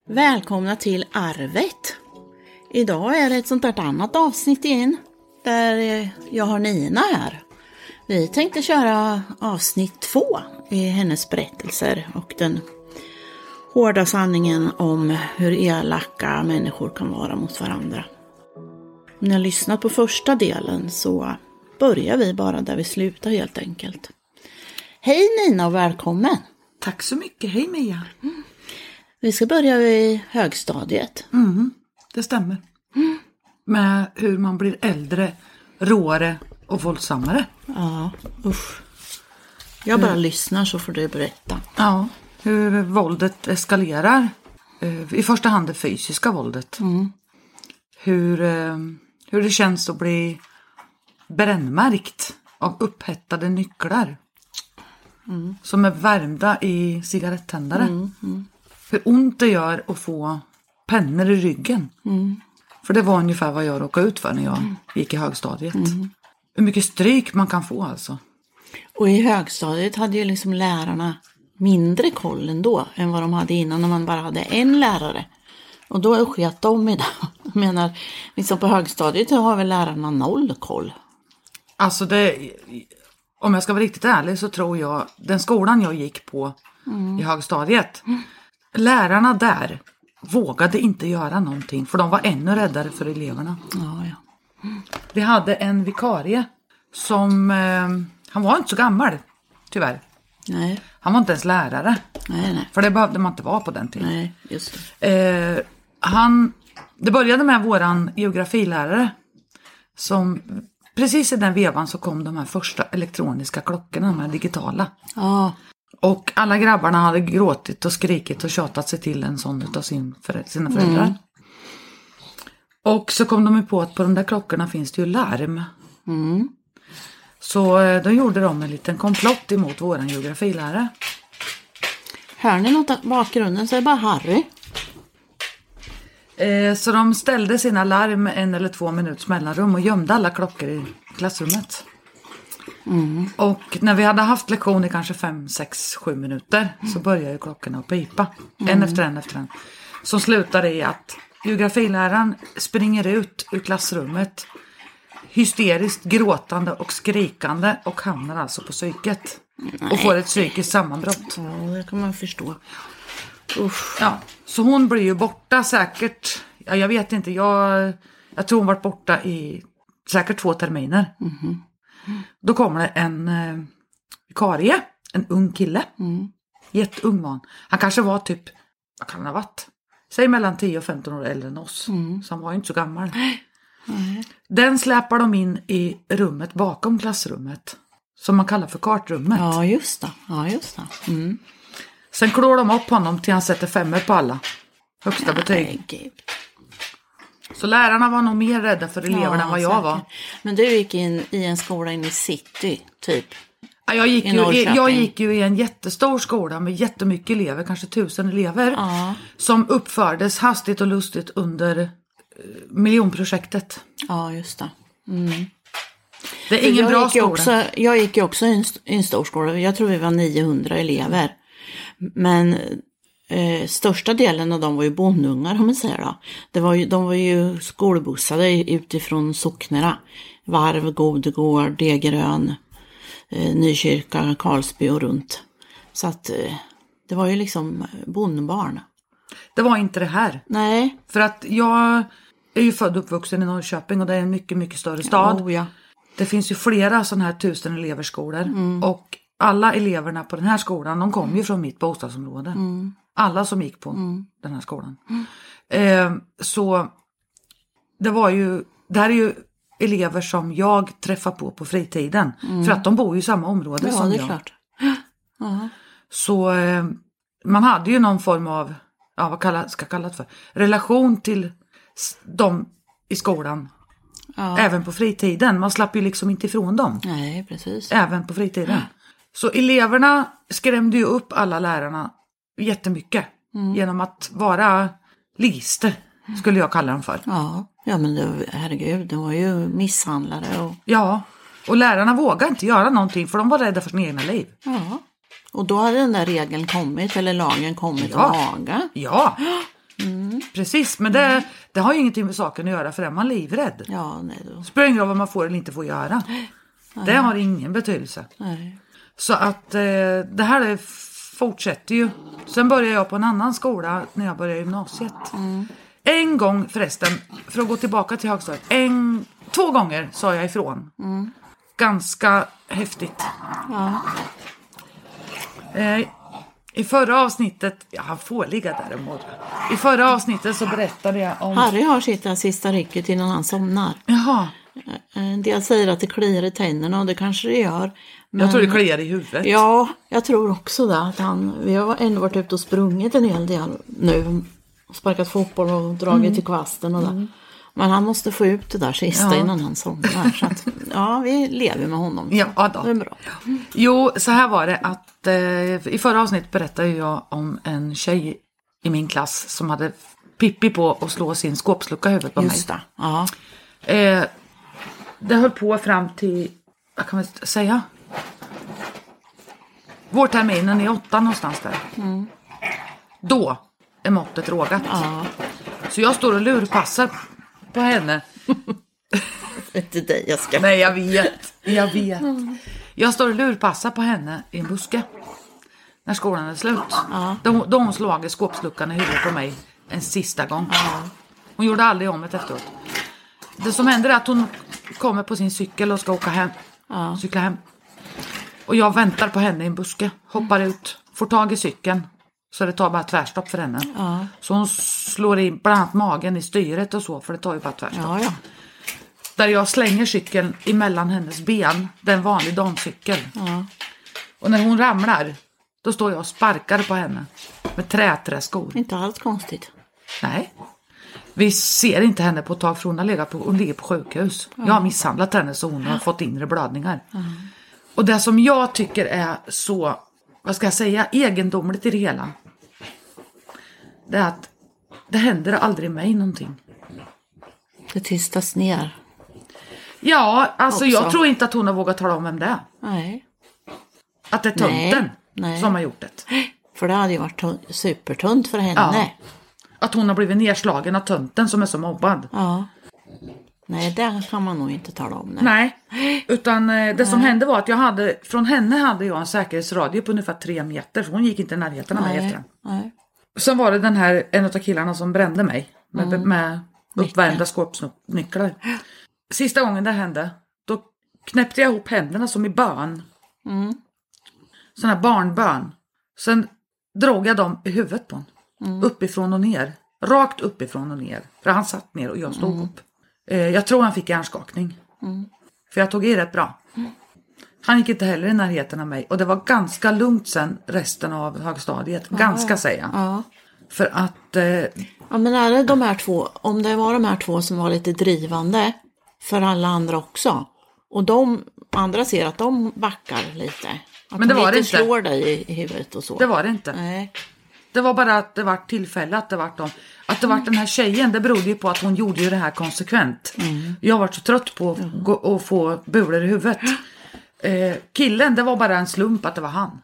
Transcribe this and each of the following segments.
Välkomna till Arvet. Idag är det ett sånt där annat avsnitt igen där jag har Nina här. Vi tänkte köra avsnitt 2 i hennes berättelser och den hårda sanningen om hur elaka människor kan vara mot varandra. Om ni har lyssnat på första delen så börjar vi bara där vi slutar helt enkelt. Hej Nina och välkommen! Tack så mycket, hej Mia! Vi ska börja i högstadiet. Det stämmer. Med hur man blir äldre, råare och våldsammare. Ja, usch. Jag bara lyssnar så får du berätta. Ja, hur våldet eskalerar. I första hand det fysiska våldet. Hur det känns att bli brännmärkt av upphettade nycklar. Som är värmda i cigarettändare. Hur ont det gör att få pennor i ryggen. För det var ungefär vad jag råkade ut för när jag gick i högstadiet. Hur mycket stryk man kan få alltså. Och i högstadiet hade ju liksom lärarna mindre koll ändå än vad de hade innan när man bara hade en lärare. Och då sket de i det. Jag menar, liksom på högstadiet har väl lärarna noll koll. Alltså om jag ska vara riktigt ärlig så tror jag, den skolan jag gick på i högstadiet, lärarna där vågade inte göra någonting för de var ännu räddare för eleverna. Ja. Vi hade en vikarie som, han var inte så gammal tyvärr. Nej. Han var inte ens lärare. Nej. För det behövde man inte vara på den tiden. Nej, just det. Det började med våran geografilärare som precis i den vevan så kom de här första elektroniska klockorna, de här digitala. Ja. Och alla grabbarna hade gråtit och skrikit och tjatat sig till en sån utav sina föräldrar. Och så kom de på att på de där klockorna finns det ju larm. Så då gjorde de en liten komplott emot våran geografilärare. Hör ni något i bakgrunden så är det bara Harry. Så de ställde sina larm 1 eller 2 minuters mellanrum och gömde alla klockor i klassrummet. Och när vi hade haft lektion i kanske 5, 6, 7 minuter så började ju klockorna att pipa. En efter en. Som slutar i att geografiläraren springer ut ur klassrummet hysteriskt gråtande och skrikande och hamnar alltså på psyket. Och får ett psykiskt sammanbrott. Ja, det kan man förstå. Usch. Ja, så hon blir ju borta säkert, jag vet inte, jag tror hon varit borta i säkert 2 terminer. Då kommer det en vikarie, en ung kille, jätteung man. Han kanske var typ, vad kan han ha varit? Säg mellan 10 och 15 år äldre än oss, så han var ju inte så gammal. Den släpar de in i rummet bakom klassrummet, som man kallar för kartrummet. Ja, just det. Sen klår de upp honom till han sätter 5 på alla. Högsta betyg. Herregud. Så lärarna var nog mer rädda för eleverna än vad jag säkert. var. Men du gick in i en skola in i city, typ? Ja, jag gick ju i en jättestor skola med jättemycket elever, kanske 1000 elever. Ja. Som uppfördes hastigt och lustigt under miljonprojektet. Ja, just det. Det är ingen bra skola. Jag gick ju också i en stor skola. Jag tror vi var 900 elever. Men största delen av dem var ju bondungar, om man säger då. De var ju skolbussade utifrån socknerna. Varv, Godegård, Degerön, Nykyrka, Karlsby och runt. Så att det var ju liksom bondbarn. Det var inte det här. Nej. För att jag är ju född och uppvuxen i Norrköping och det är en mycket, mycket större stad. Ja. Det finns ju flera sådana här 1000 eleverskolor. Och alla eleverna på den här skolan, de kom ju från mitt bostadsområde. Alla som gick på den här skolan. Så det här är ju elever som jag träffar på fritiden. För att de bor ju i samma område som jag. Ja, det är klart. Så man hade ju någon form av, ska kallas för, relation till dem i skolan. Ja. Även på fritiden. Man slapp ju liksom inte ifrån dem. Nej, precis. Även på fritiden. Så eleverna skrämde ju upp alla lärarna jättemycket. Genom att vara lister, skulle jag kalla dem för. Ja men herregud, det var ju misshandlare. Ja, och lärarna vågade inte göra någonting för de var rädda för sina egna liv. Ja, och då hade den där regeln kommit, eller lagen kommit och laga. Ja, precis. Men det har ju ingenting med saken att göra, för är man livrädd. Ja, nej då. Spelar ingen roll vad man får eller inte får göra. Det har ingen betydelse. Nej. Så att det här fortsätter ju. Sen började jag på en annan skola när jag började gymnasiet. En gång förresten, för att gå tillbaka till högstadiet. 2 gånger sa jag ifrån. Ganska häftigt. Ja. I förra avsnittet, jag får ligga där imorgon. I förra avsnittet så berättade jag om... Harry har sitt sista rycket innan han somnar. Jaha. En del säger att det kliar i tänderna, och det kanske det gör. Men... Jag tror det kliar i huvudet. Ja, jag tror också det. Att vi har ändå varit ute och sprungit en hel del nu. Sparkat fotboll och dragit till kvasten och där. Men han måste få ut det där sista innan han somnar. Så att, ja, vi lever med honom. Så. Ja, då. Det är bra. Jo, så här var det att i förra avsnitt berättade jag om en tjej i min klass som hade Pippi på att slå sin skåpslucka i huvudet på mig. Just det, ja. Det höll på fram till, vad kan man säga? Vårterminen i 8 någonstans där. Då är måttet rågat. Ja. Så jag står och lurpassar på henne. Det är dig jag ska. Nej, jag vet. Jag står och lurpassar på henne i en buske. När skolan är slut. Ja. Då hon slagit skåpsluckan i huvudet på mig en sista gång. Ja. Hon gjorde aldrig om det efteråt. Det som händer är att hon kommer på sin cykel och ska åka hem. Ja. Cykla hem. Och jag väntar på henne i en buske. Hoppar ut. Får tag i cykeln. Så det tar bara tvärstopp för henne. Ja. Så hon slår in bland annat magen i styret och så. För det tar ju bara tvärstopp. Ja. Där jag slänger cykeln emellan hennes ben. Det är en vanlig damcykel. Ja. Och när hon ramlar. Då står jag och sparkar på henne. Med träskor. Inte alls konstigt. Nej. Vi ser inte henne på ett tag, för hon ligger på sjukhus. Jag har misshandlat henne så hon har fått inre blödningar. Och det som jag tycker är så, vad ska jag säga, egendomligt i det hela. Det är att det händer aldrig mig någonting. Det tystas ner. Ja, alltså Också. jag tror inte att hon har vågat tala om vem det är. Nej. Att det är tomten Nej. som har gjort det. För det hade ju varit supertunt för henne. Ja. Att hon har blivit nedslagen av tönten som är så mobbad. Ja. Nej, det kan man nog inte tala om. Nej, utan det som hände var att från henne hade jag en säkerhetsradie på ungefär 3 meter. För hon gick inte i närheten av mig efter den. Nej. Sen var det en av killarna som brände mig med uppvärmda skåpsnycklar. Sista gången det hände, då knäppte jag ihop händerna som i bön. Sån här barnbön. Sen drog jag dem i huvudet på honom. Uppifrån och ner. Rakt uppifrån och ner. För han satt ner och jag stod upp. Jag tror han fick hjärnskakning. För jag tog i rätt bra. Han gick inte heller i närheten av mig. Och det var ganska lugnt sen resten av högstadiet. Ganska säger jag. Ja. För att... Ja, men är det de här två, om det var de här två som var lite drivande för alla andra också. Och de andra ser att de backar lite. Att men det de var inte det inte. slår dig i huvudet och så. Det var det inte. Nej. Det var bara att det var tillfälle att det var dem. Att det var den här tjejen, det berodde ju på att hon gjorde ju det här konsekvent. Jag var så trött på att gå och få bulor i huvudet. Killen, det var bara en slump att det var han.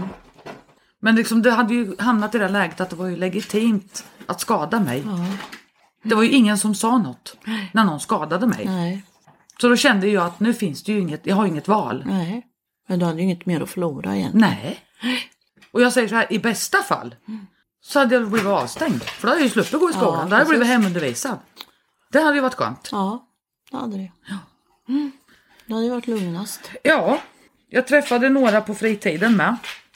Men liksom, det hade ju hamnat i det läget att det var ju legitimt att skada mig. Det var ju ingen som sa något när någon skadade mig. Nej. Så då kände jag att nu finns det ju inget, jag har inget val. Nej. Men du hade ju inget mer att förlora igen. Nej. Och jag säger så här, i bästa fall så hade jag blivit avstängd. För då hade jag ju sluppit gå i skolan. Då hade jag blivit hemundervisad. Det hade ju varit skönt. Ja, det hade det. Det hade ju varit lugnast. Ja, jag träffade några på fritiden med.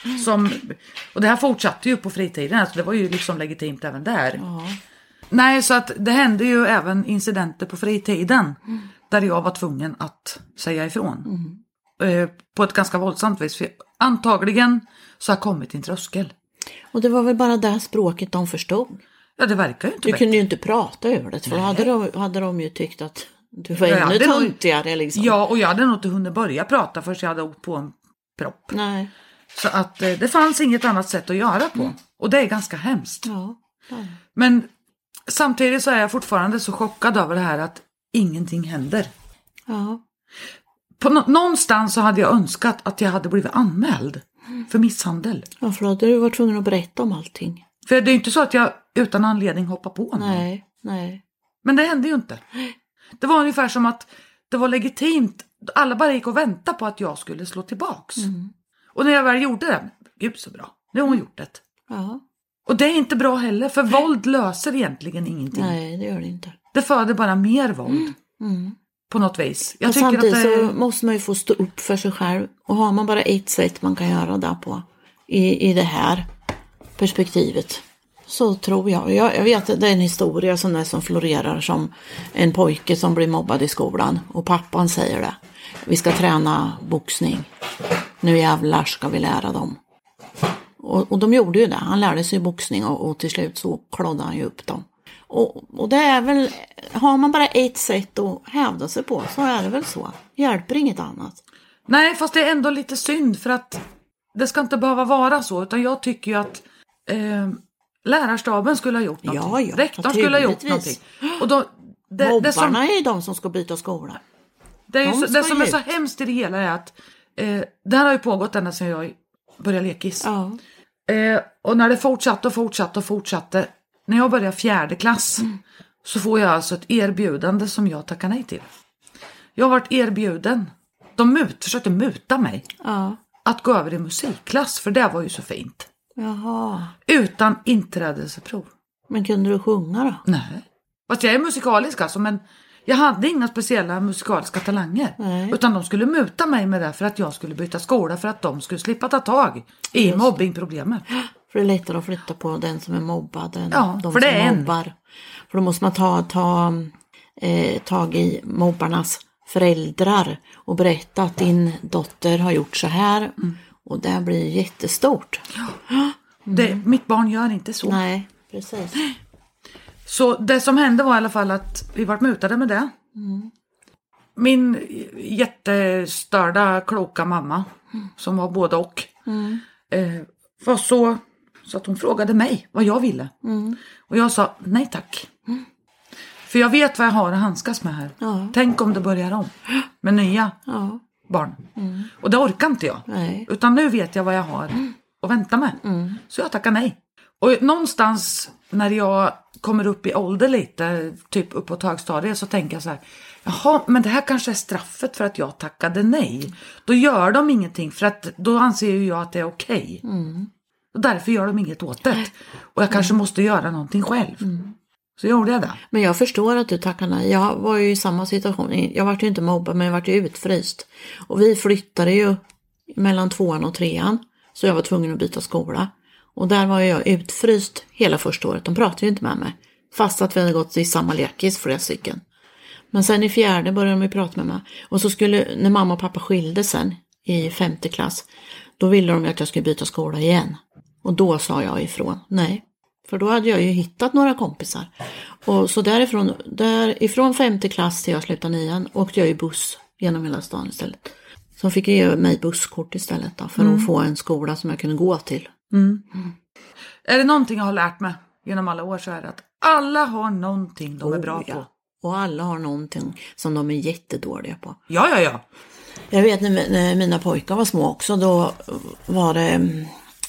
Och det här fortsatte ju på fritiden. Alltså det var ju liksom legitimt även där. Ja. Nej, så att det hände ju även incidenter på fritiden. Där jag var tvungen att säga ifrån. På ett ganska våldsamt vis. För antagligen så har kommit till en tröskel. Och det var väl bara det här de förstod. Ja, det verkar ju inte Du bättre. kunde ju inte prata över det. För då hade de ju tyckt att du var ännu töntigare liksom. Ja, och jag hade nog inte hunnit börja prata förrän jag hade åkt på en propp. Nej. Så att det fanns inget annat sätt att göra på. Och det är ganska hemskt. Ja. Men samtidigt så är jag fortfarande så chockad över det här att ingenting händer. Ja. På någonstans så hade jag önskat att jag hade blivit anmäld för misshandel. Ja, för då hade du varit tvungen att berätta om allting. För det är inte så att jag utan anledning hoppa på någon. Nej. Men det hände ju inte. Det var ungefär som att det var legitimt. Alla bara gick och väntade på att jag skulle slå tillbaks. Och när jag väl gjorde det, gud så bra. Nu har hon gjort det. Ja. Och det är inte bra heller, för våld löser egentligen ingenting. Nej, det gör det inte. Det föder bara mer våld. På något vis. Men samtidigt så måste man ju få stå upp för sig själv. Och har man bara ett sätt man kan göra det på i det här perspektivet, så tror jag vet att det är en historia som florerar, som en pojke som blir mobbad i skolan och pappan säger det: vi ska träna boxning, nu jävlar ska vi lära dem. Och de gjorde ju det, han lärde sig boxning och till slut så klodde han ju upp dem. Och det är väl, har man bara ett sätt att hävda sig på, så är det väl så. Hjälper inget annat. Nej, fast det är ändå lite synd, för att det ska inte behöva vara så, utan jag tycker ju att lärarstaben skulle ha gjort någonting. Ja, rektorn skulle ha gjort någonting. Och då, mobbarna är ju de som ska byta skola. Det som är så hemskt i det hela är att det här har ju pågått ända sedan jag började lekis. Ja. Och när det fortsatte. När jag började 4:e klass så får jag alltså ett erbjudande som jag tackar nej till. Jag har varit erbjuden. De försökte muta mig. Ja. Att gå över i musikklass, för det var ju så fint. Jaha. Utan inträdelseprov. Men kunde du sjunga då? Nej. Fast jag är musikalisk alltså, men jag hade inga speciella musikaliska talanger. Nej. Utan de skulle muta mig med det för att jag skulle byta skola, för att de skulle slippa ta tag i mobbingproblemet. För det är lättare att flytta på den som är mobbad än de för det som är mobbar. För då måste man ta tag i mobbarnas föräldrar och berätta att din dotter har gjort så här. Och det blir jättestort. Mitt barn gör inte så. Nej, precis. Så det som hände var i alla fall att vi var mutade med det. Min jättestörda, kloka mamma, som var både och, var så att hon frågade mig vad jag ville. Och jag sa nej tack. För jag vet vad jag har att handskas med här. Ja. Tänk om det börjar om med nya barn. Och det orkar inte jag. Nej. Utan nu vet jag vad jag har att vänta med. Så jag tackar nej. Och någonstans när jag kommer upp i ålder lite, typ uppåt högstadiet, så tänker jag så här: jaha, men det här kanske är straffet för att jag tackade nej. Då gör de ingenting, för att då anser ju jag att det är okej. Och därför gör de inget åt det. Och jag kanske måste göra någonting själv. Så gjorde jag det. Men jag förstår att du tackar nej. Jag var ju i samma situation. Jag var ju inte mobbad, men jag var ju utfryst. Och vi flyttade ju mellan 2:an och 3:an. Så jag var tvungen att byta skola. Och där var jag utfryst hela första året. De pratade ju inte med mig. Fast att vi hade gått i samma lekis flera stycken. Men sen i 4:e började de ju prata med mig. Och så när mamma och pappa skilde sen i 5:e klass, då ville de att jag skulle byta skola igen. Och då sa jag ifrån. Nej. För då hade jag ju hittat några kompisar. Och så därifrån 5:e klass till jag slutade 9:an åkte jag i buss genom hela stan istället. Så fick jag ge mig busskort istället då, för att få en skola som jag kunde gå till. Är det någonting jag har lärt mig genom alla år, så är det att alla har någonting de är bra på. Och alla har någonting som de är jättedåliga på. Ja. Jag vet när mina pojkar var små också, då var det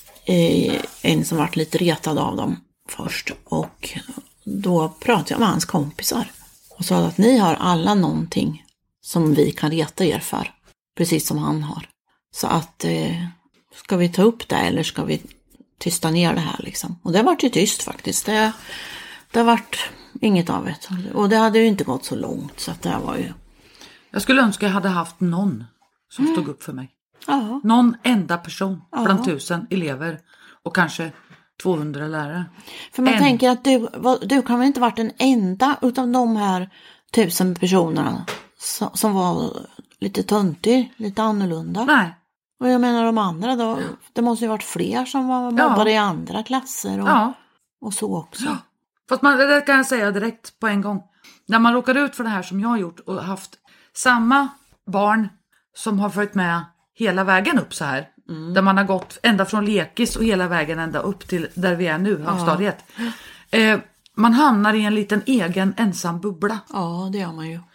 en som var lite retad av dem först. Och då pratade jag med hans kompisar och sa att ni har alla någonting som vi kan reta er för. Precis som han har. Så att ska vi ta upp det eller ska vi tysta ner det här liksom. Och det var ju tyst faktiskt. Det har varit inget av det. Och det hade ju inte gått så långt, så att det var ju... Jag skulle önska jag hade haft någon som stod upp för mig. Ja. Någon enda person bland 1000 elever och kanske 200 lärare. För man tänker att du kan väl inte varit den enda utav de här 1000 personerna som var lite töntig, lite annorlunda. Nej. Och jag menar de andra då, det måste ju varit fler som var mobbade i andra klasser och så också. Ja. Fast det kan jag säga direkt på en gång. När man råkar ut för det här som jag har gjort och haft samma barn som har följt med hela vägen upp så här. Där man har gått ända från lekis och hela vägen ända upp till där vi är nu, högstadiet. Man hamnar i en liten egen ensam bubbla. Ja, det gör man ju.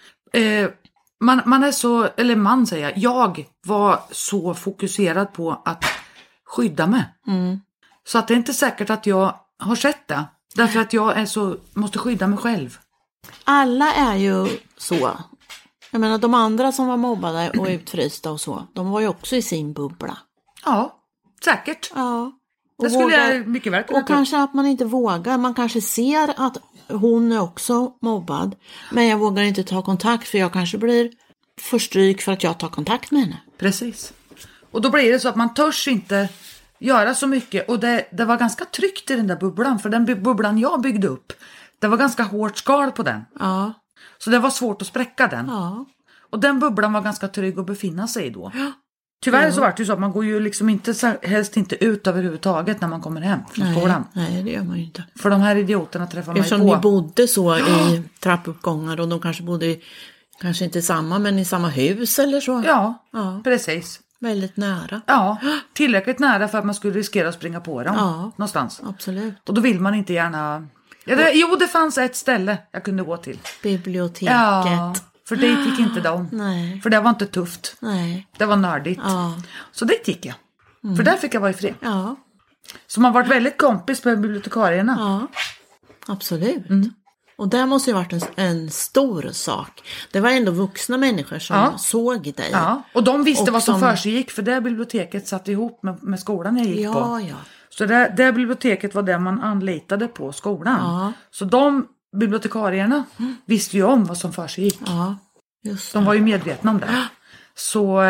Man är så, eller man säger, jag var så fokuserad på att skydda mig. Så att det är inte säkert att jag har sett det. Därför att jag måste skydda mig själv. Alla är ju så. Jag menar de andra som var mobbade och utfrysta och så. De var ju också i sin bubbla. Ja, säkert. Ja. Det skulle jag mycket väl kunna och kanske att man inte vågar. Man kanske ser att hon är också mobbad. Men jag vågar inte ta kontakt för jag kanske blir för stryk för att jag tar kontakt med henne. Precis. Och då blir det så att man törs inte göra så mycket. Och det var ganska tryggt i den där bubblan. För den bubblan jag byggde upp, det var ganska hårt skal på den. Ja. Så det var svårt att spräcka den. Ja. Och den bubblan var ganska trygg att befinna sig i då. Ja. Tyvärr så var det ju så att man går ju liksom helst inte ut överhuvudtaget när man kommer hem från skolan. Nej, det gör man ju inte. För de här idioterna träffar man ju på. Eftersom ni bodde så i trappuppgångar och de kanske bodde kanske inte samma men i samma hus eller så. Ja, precis. Väldigt nära. Ja, tillräckligt nära för att man skulle riskera att springa på dem någonstans. Absolut. Och då vill man inte gärna... det fanns ett ställe jag kunde gå till. Biblioteket. Ja, för det gick inte de. Nej. För det var inte tufft. Nej. Det var nördigt. Ja. Så det gick jag. För där fick jag vara i fred. Ja. Så man har varit väldigt kompis med bibliotekarierna. Ja, absolut. Och det måste ju varit en stor sak. Det var ändå vuxna människor som såg dig. Ja, och de visste vad som försiggick. För det biblioteket satt ihop med skolan jag gick på. Ja. Så det biblioteket var det man anlitade på skolan. Ja. Så de bibliotekarierna visste ju om vad som försiggick. Ja, just det. De var ju medvetna om det. Så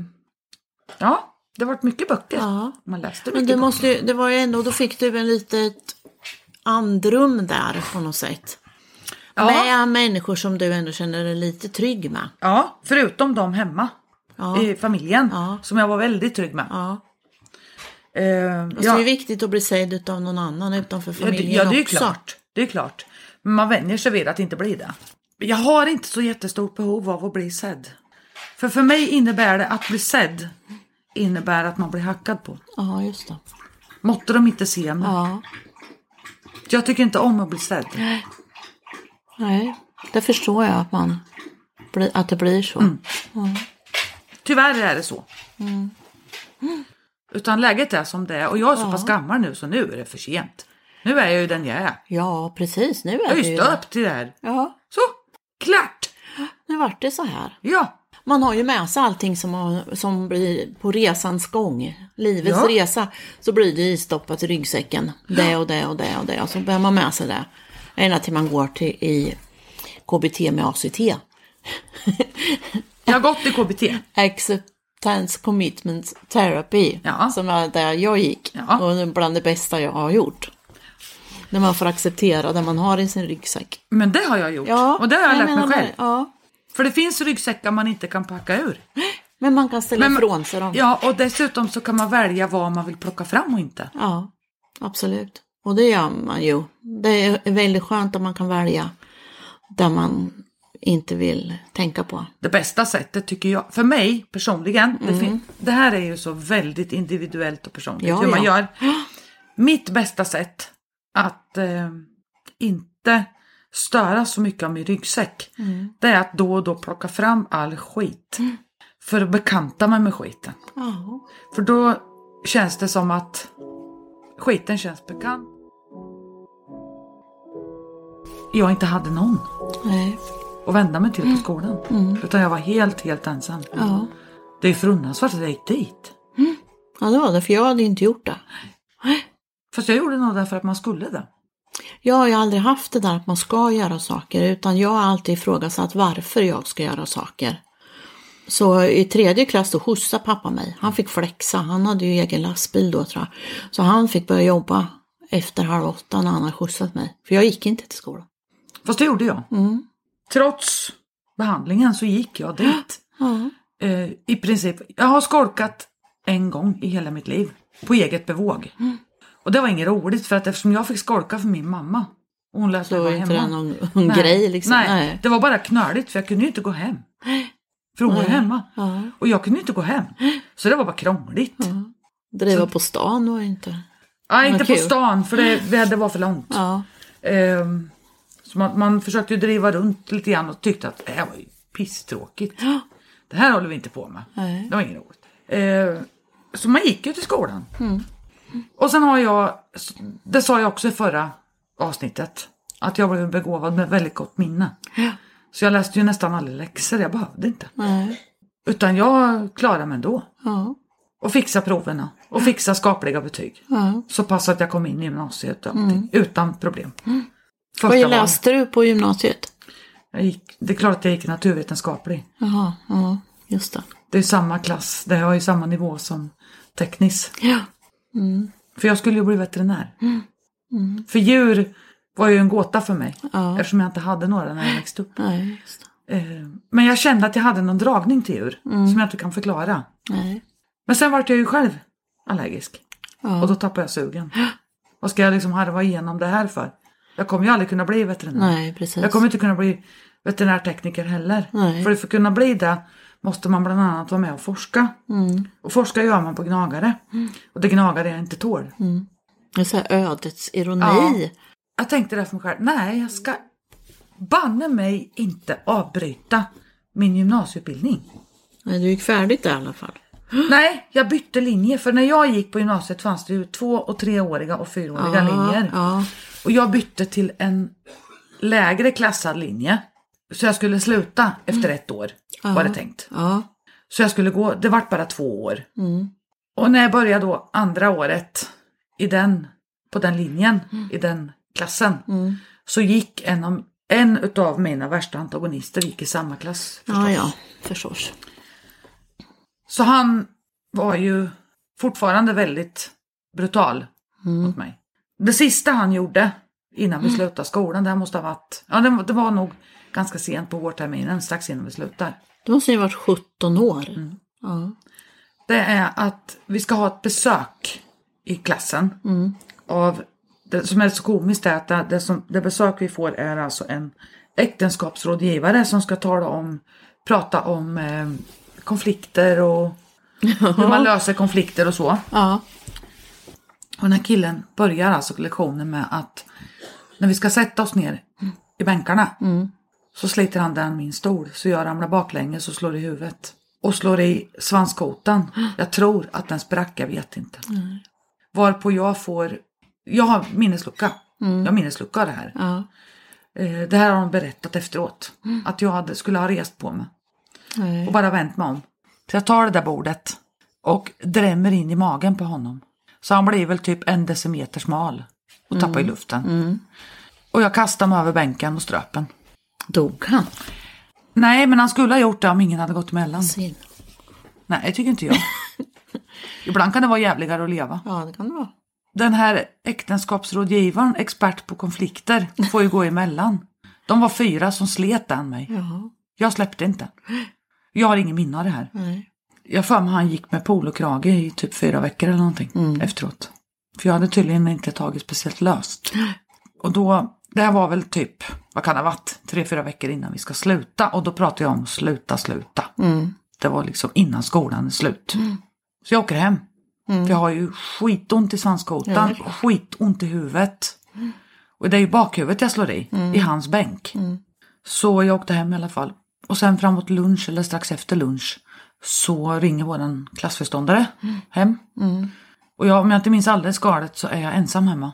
det var mycket böcker. Ja. Man läste mycket. Men det var ju ändå, då fick du en litet andrum där på något sätt. Ja. Med människor som du ändå känner dig lite trygg med. Ja, förutom de hemma i familjen som jag var väldigt trygg med. Ja. Det är viktigt att bli sedd av någon annan utanför familjen också. Ja, det är klart. Det är klart. Men man vänjer sig vid att inte bli det. Jag har inte så jättestort behov av att bli sedd. För mig innebär det att bli sedd innebär att man blir hackad på. Ja, just det. Måtte de inte se mig. Ja. Jag tycker inte om att bli sedd. Nej, det förstår jag att det blir så. Tyvärr är det så. Utan läget är som det är. Och jag är så pass gammal nu så nu är det för sent. Nu är jag ju den jag är. Ja, precis. Nu är jag är ju stöpt till det här. Ja. Så, klart. Nu vart det så här. Ja. Man har ju med sig allting som blir på resans gång. Livets resa. Så blir det istoppat i ryggsäcken. Det och det och det och det. Och så bär man med sig det. Ända till man går i KBT med ACT. Jag har gått i KBT. Acceptance Commitment Therapy. Ja. Som är där jag gick. Ja. Och bland det bästa jag har gjort. När man får acceptera det man har i sin ryggsäck. Men det har jag gjort. Ja, och det har jag lärt mig själv. Ja. För det finns ryggsäckar man inte kan packa ur. Men man kan ställa ifrån sig dem. Ja, och dessutom så kan man välja vad man vill plocka fram och inte. Ja, absolut. Och det gör man ju. Det är väldigt skönt att man kan välja där man inte vill tänka på. Det bästa sättet tycker jag, för mig personligen, det här är ju så väldigt individuellt och personligt hur man gör. Mitt bästa sätt att inte störa så mycket av min ryggsäck, det är att då och då plocka fram all skit. För att bekanta mig med skiten. För då känns det som att skiten känns bekant. Jag inte hade någon att vända mig till på skolan. Utan jag var helt ensam. Ja. Det är förundransvärt att jag gick dit. Ja, det var det, för jag hade inte gjort det. Fast jag gjorde nog därför att man skulle det. Jag har ju aldrig haft det där att man ska göra saker. Utan jag har alltid ifrågasatt varför jag ska göra saker. Så i 3:e klass då skjutsade pappa mig. Han fick flexa. Han hade ju egen lastbil då, tror jag. Så han fick börja jobba efter 7:30 när han hade skjutsat mig. För jag gick inte till skolan. Fast det gjorde jag. Trots behandlingen så gick jag dit. I princip. Jag har skolkat en gång i hela mitt liv. På eget bevåg. Och det var inget roligt för att eftersom jag fick skolka för min mamma. Och hon lät mig vara hemma. Så var inte någon grej liksom. Nej, det var bara knöligt för jag kunde ju inte gå hem. För hon var hemma. Och jag kunde inte gå hem. Så det var bara krångligt. Driva på stan var inte... Nej, inte på stan för det var för långt. Så man försökte ju driva runt lite grann och tyckte att det här var ju pisstråkigt. Det här håller vi inte på med. Det var inget roligt. Så man gick ju till skolan. Och sen har jag, det sa jag också i förra avsnittet. Att jag blev begåvad med väldigt gott minne. Ja. Så jag läste ju nästan alla läxor, jag behövde inte. Nej. Utan jag klarade mig ändå. Ja. Och fixa proverna. Och fixa skapliga betyg. Ja. Så pass att jag kom in i gymnasiet och allting, utan problem. Vad läste du på gymnasiet? Det är klart att jag gick naturvetenskaplig. Jaha, ja, just det. Det är samma klass, det har ju samma nivå som teknisk. Ja. För jag skulle ju bli veterinär. För djur var ju en gåta för mig. Ja. Eftersom jag inte hade några när jag växte upp. Nej, just det. Men jag kände att jag hade någon dragning till djur. Som jag inte kan förklara. Nej. Men sen var jag ju själv allergisk. Ja. Och då tappade jag sugen. Vad ska jag liksom harva igenom det här för? Jag kommer ju aldrig kunna bli veterinär. Nej, precis. Jag kommer inte kunna bli veterinärtekniker heller. Nej. För att kunna bli det måste man bland annat vara med och forska. Och forska gör man på gnagare. Och det gnagare jag inte tål. Det är så här ödets ironi. Ja. Jag tänkte där för mig själv. Nej, jag ska banne mig inte avbryta min gymnasieutbildning. Nej, du gick färdigt där i alla fall. Nej, jag bytte linje. För när jag gick på gymnasiet fanns det ju 2- och 3-åriga och 4-åriga linjer. Ja. Och jag bytte till en lägre klassad linje. Så jag skulle sluta efter 1 år, var det tänkt. Ja. Så jag skulle gå, det vart bara 2 år. Och när jag började då andra året på den linjen, i den klassen. Så gick en utav mina värsta antagonister gick i samma klass. Ja, förstås. Så han var ju fortfarande väldigt brutal mot mig. Det sista han gjorde innan vi slutade skolan, det här måste ha varit, det var nog ganska sent på vårterminen, strax innan vi slutar. Du måste ju ha varit 17 år. Ja. Det är att vi ska ha ett besök i klassen av, det som är så komiskt är att det besök vi får är alltså en äktenskapsrådgivare som ska prata om konflikter och hur man löser konflikter och så. Ja. Och den här killen börjar alltså lektionen med att när vi ska sätta oss ner i bänkarna så sliter han den min stol så jag ramlar baklänges och slår i huvudet. Och slår i svanskotan. Jag tror att den sprack, jag vet inte. Varpå jag har minneslucka. Jag har minneslucka av det här. Ja. Det här har de berättat efteråt. Att jag skulle ha rest på mig. Nej. Och bara vänt mig om. Så jag tar det där bordet och drämmer in i magen på honom. Så han blir väl typ 1 decimeter smal. Och tappar i luften. Och jag kastar mig över bänken och ströpen. Dog han? Nej, men han skulle ha gjort det om ingen hade gått emellan. Sin. Nej, det tycker inte jag. Ibland kan det vara jävligare att leva. Ja, det kan det vara. Den här äktenskapsrådgivaren, expert på konflikter, får ju gå emellan. De var 4 som slet den mig. Ja. Jag släppte inte. Jag har ingen minne av det här. Nej. Jag för mig han gick med polokrage i typ 4 veckor eller någonting efteråt. För jag hade tydligen inte tagit speciellt löst. Och då, det här var väl typ, vad kan det ha varit, 3-4 veckor innan vi ska sluta. Och då pratade jag om sluta. Det var liksom innan skolan är slut. Så jag åker hem. För jag har ju skitont i svanskotan, skitont i huvudet. Och det är ju bakhuvudet jag slår i hans bänk. Så jag åkte hem i alla fall. Och sen framåt lunch eller strax efter lunch så ringer våran klassförståndare hem. Och om jag inte minns alldeles galet så är jag ensam hemma.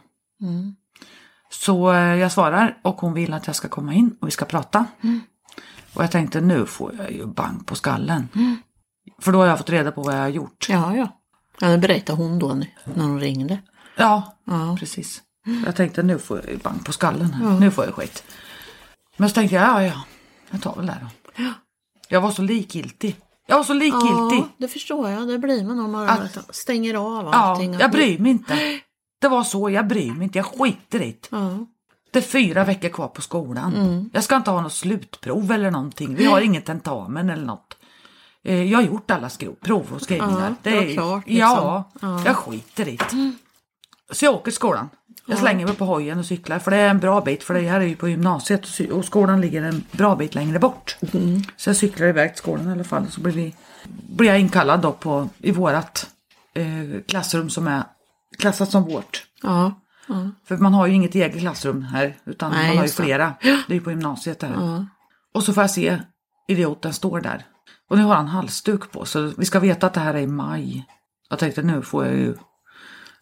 Så jag svarar och hon vill att jag ska komma in och vi ska prata. Och jag tänkte nu får jag ju bang på skallen. För då har jag fått reda på vad jag har gjort. Ja, det berättade hon då när hon ringde. Ja, precis. Jag tänkte nu får jag ju bang på skallen här. Nu får jag skit. Men så tänkte jag, jag tar väl det då. Jag var så likgiltig. Ja, det förstår jag. Det blir man om man stänger av allting. Ja, jag bryr mig inte. Det var så, jag bryr mig inte. Jag skiter i det. Ja. Det är 4 veckor kvar på skolan. Jag ska inte ha något slutprov eller någonting. Vi har inget tentamen eller något. Jag har gjort alla prov och skrivningar. Det är klart. Liksom. Ja, jag skiter i det. Så jag åker till skolan. Jag slänger mig på hojen och cyklar. För det är en bra bit. För det här är ju på gymnasiet. Och skolan ligger en bra bit längre bort. Så jag cyklar iväg till skolan i alla fall. Så blir jag inkallad då i vårat klassrum som är klassat som vårt. Ja. För man har ju inget eget klassrum här. Utan Nej, man har ju flera. Det är ju på gymnasiet här. Ja. Och så får jag se idioten står där. Och nu har han halsduk på. Så vi ska veta att det här är i maj. Jag tänkte nu får jag ju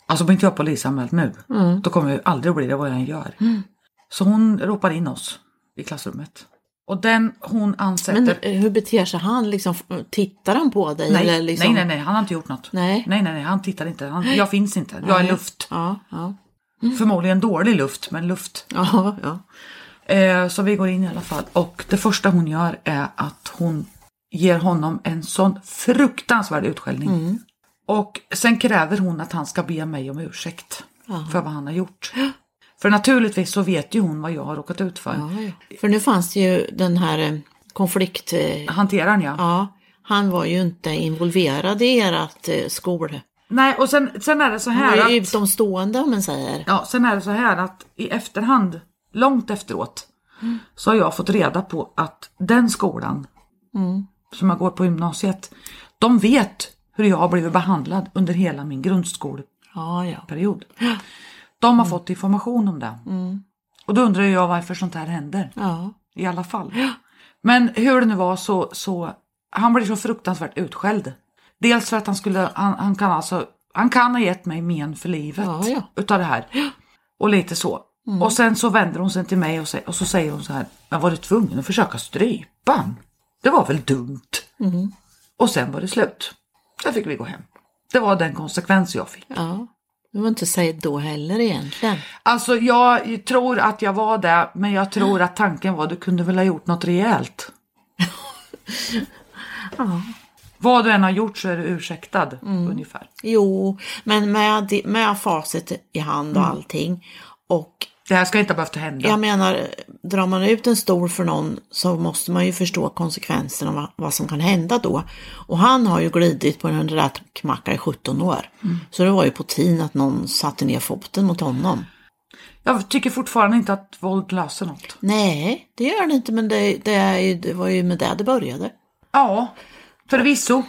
Alltså om inte jag polisanmäld nu, då kommer jag aldrig att bli det vad jag än gör. Så hon ropar in oss i klassrummet. Och hon ansätter... Men hur beter sig han? Liksom, tittar han på dig? Nej, eller liksom... nej, han har inte gjort något. Nej, han tittar inte. Jag finns inte, jag är luft. Ja. Förmodligen dålig luft, men luft. Ja. Så vi går in i alla fall. Och det första hon gör är att hon ger honom en sån fruktansvärd utskällning. Och sen kräver hon att han ska be mig om ursäkt för vad han har gjort. För naturligtvis så vet ju hon vad jag har råkat ut för. Ja. För nu fanns det ju den här konflikt... Hanteraren, Ja, han var ju inte involverad i ert skol. Nej, och sen är det så här han var ju utomstående om man säger. Ja, sen är det så här att i efterhand, långt efteråt, så har jag fått reda på att den skolan som jag går på gymnasiet, de vet hur jag har blivit behandlad under hela min grundskoleperiod. De har fått information om det. Och då undrar jag varför sånt här händer. Ja. I alla fall. Men hur det nu var så han blir så fruktansvärt utskälld. Dels för att han kan ha gett mig men för livet utav det här. Och lite så. Och sen så vänder hon sig till mig och så säger hon så här: jag var tvungen att försöka strypa han. Det var väl dumt. Och sen var det slut. Där fick vi gå hem. Det var den konsekvens jag fick. Ja. Du var inte sedd då heller egentligen. Alltså jag tror att jag var där, men jag tror att tanken var att du kunde väl ha gjort något rejält. Ja. Vad du än har gjort så är du ursäktad ungefär. Jo, men med facit i hand och allting. Och det här ska inte ha behövt hända. Jag menar, drar man ut en stol för någon så måste man ju förstå konsekvenserna av vad som kan hända då. Och han har ju glidit på en rättkmacka i 17 år. Så det var ju på tiden att någon satte ner foten mot honom. Jag tycker fortfarande inte att våld löser något. Nej, det gör det inte, men det var ju med det började. Ja, förvisso.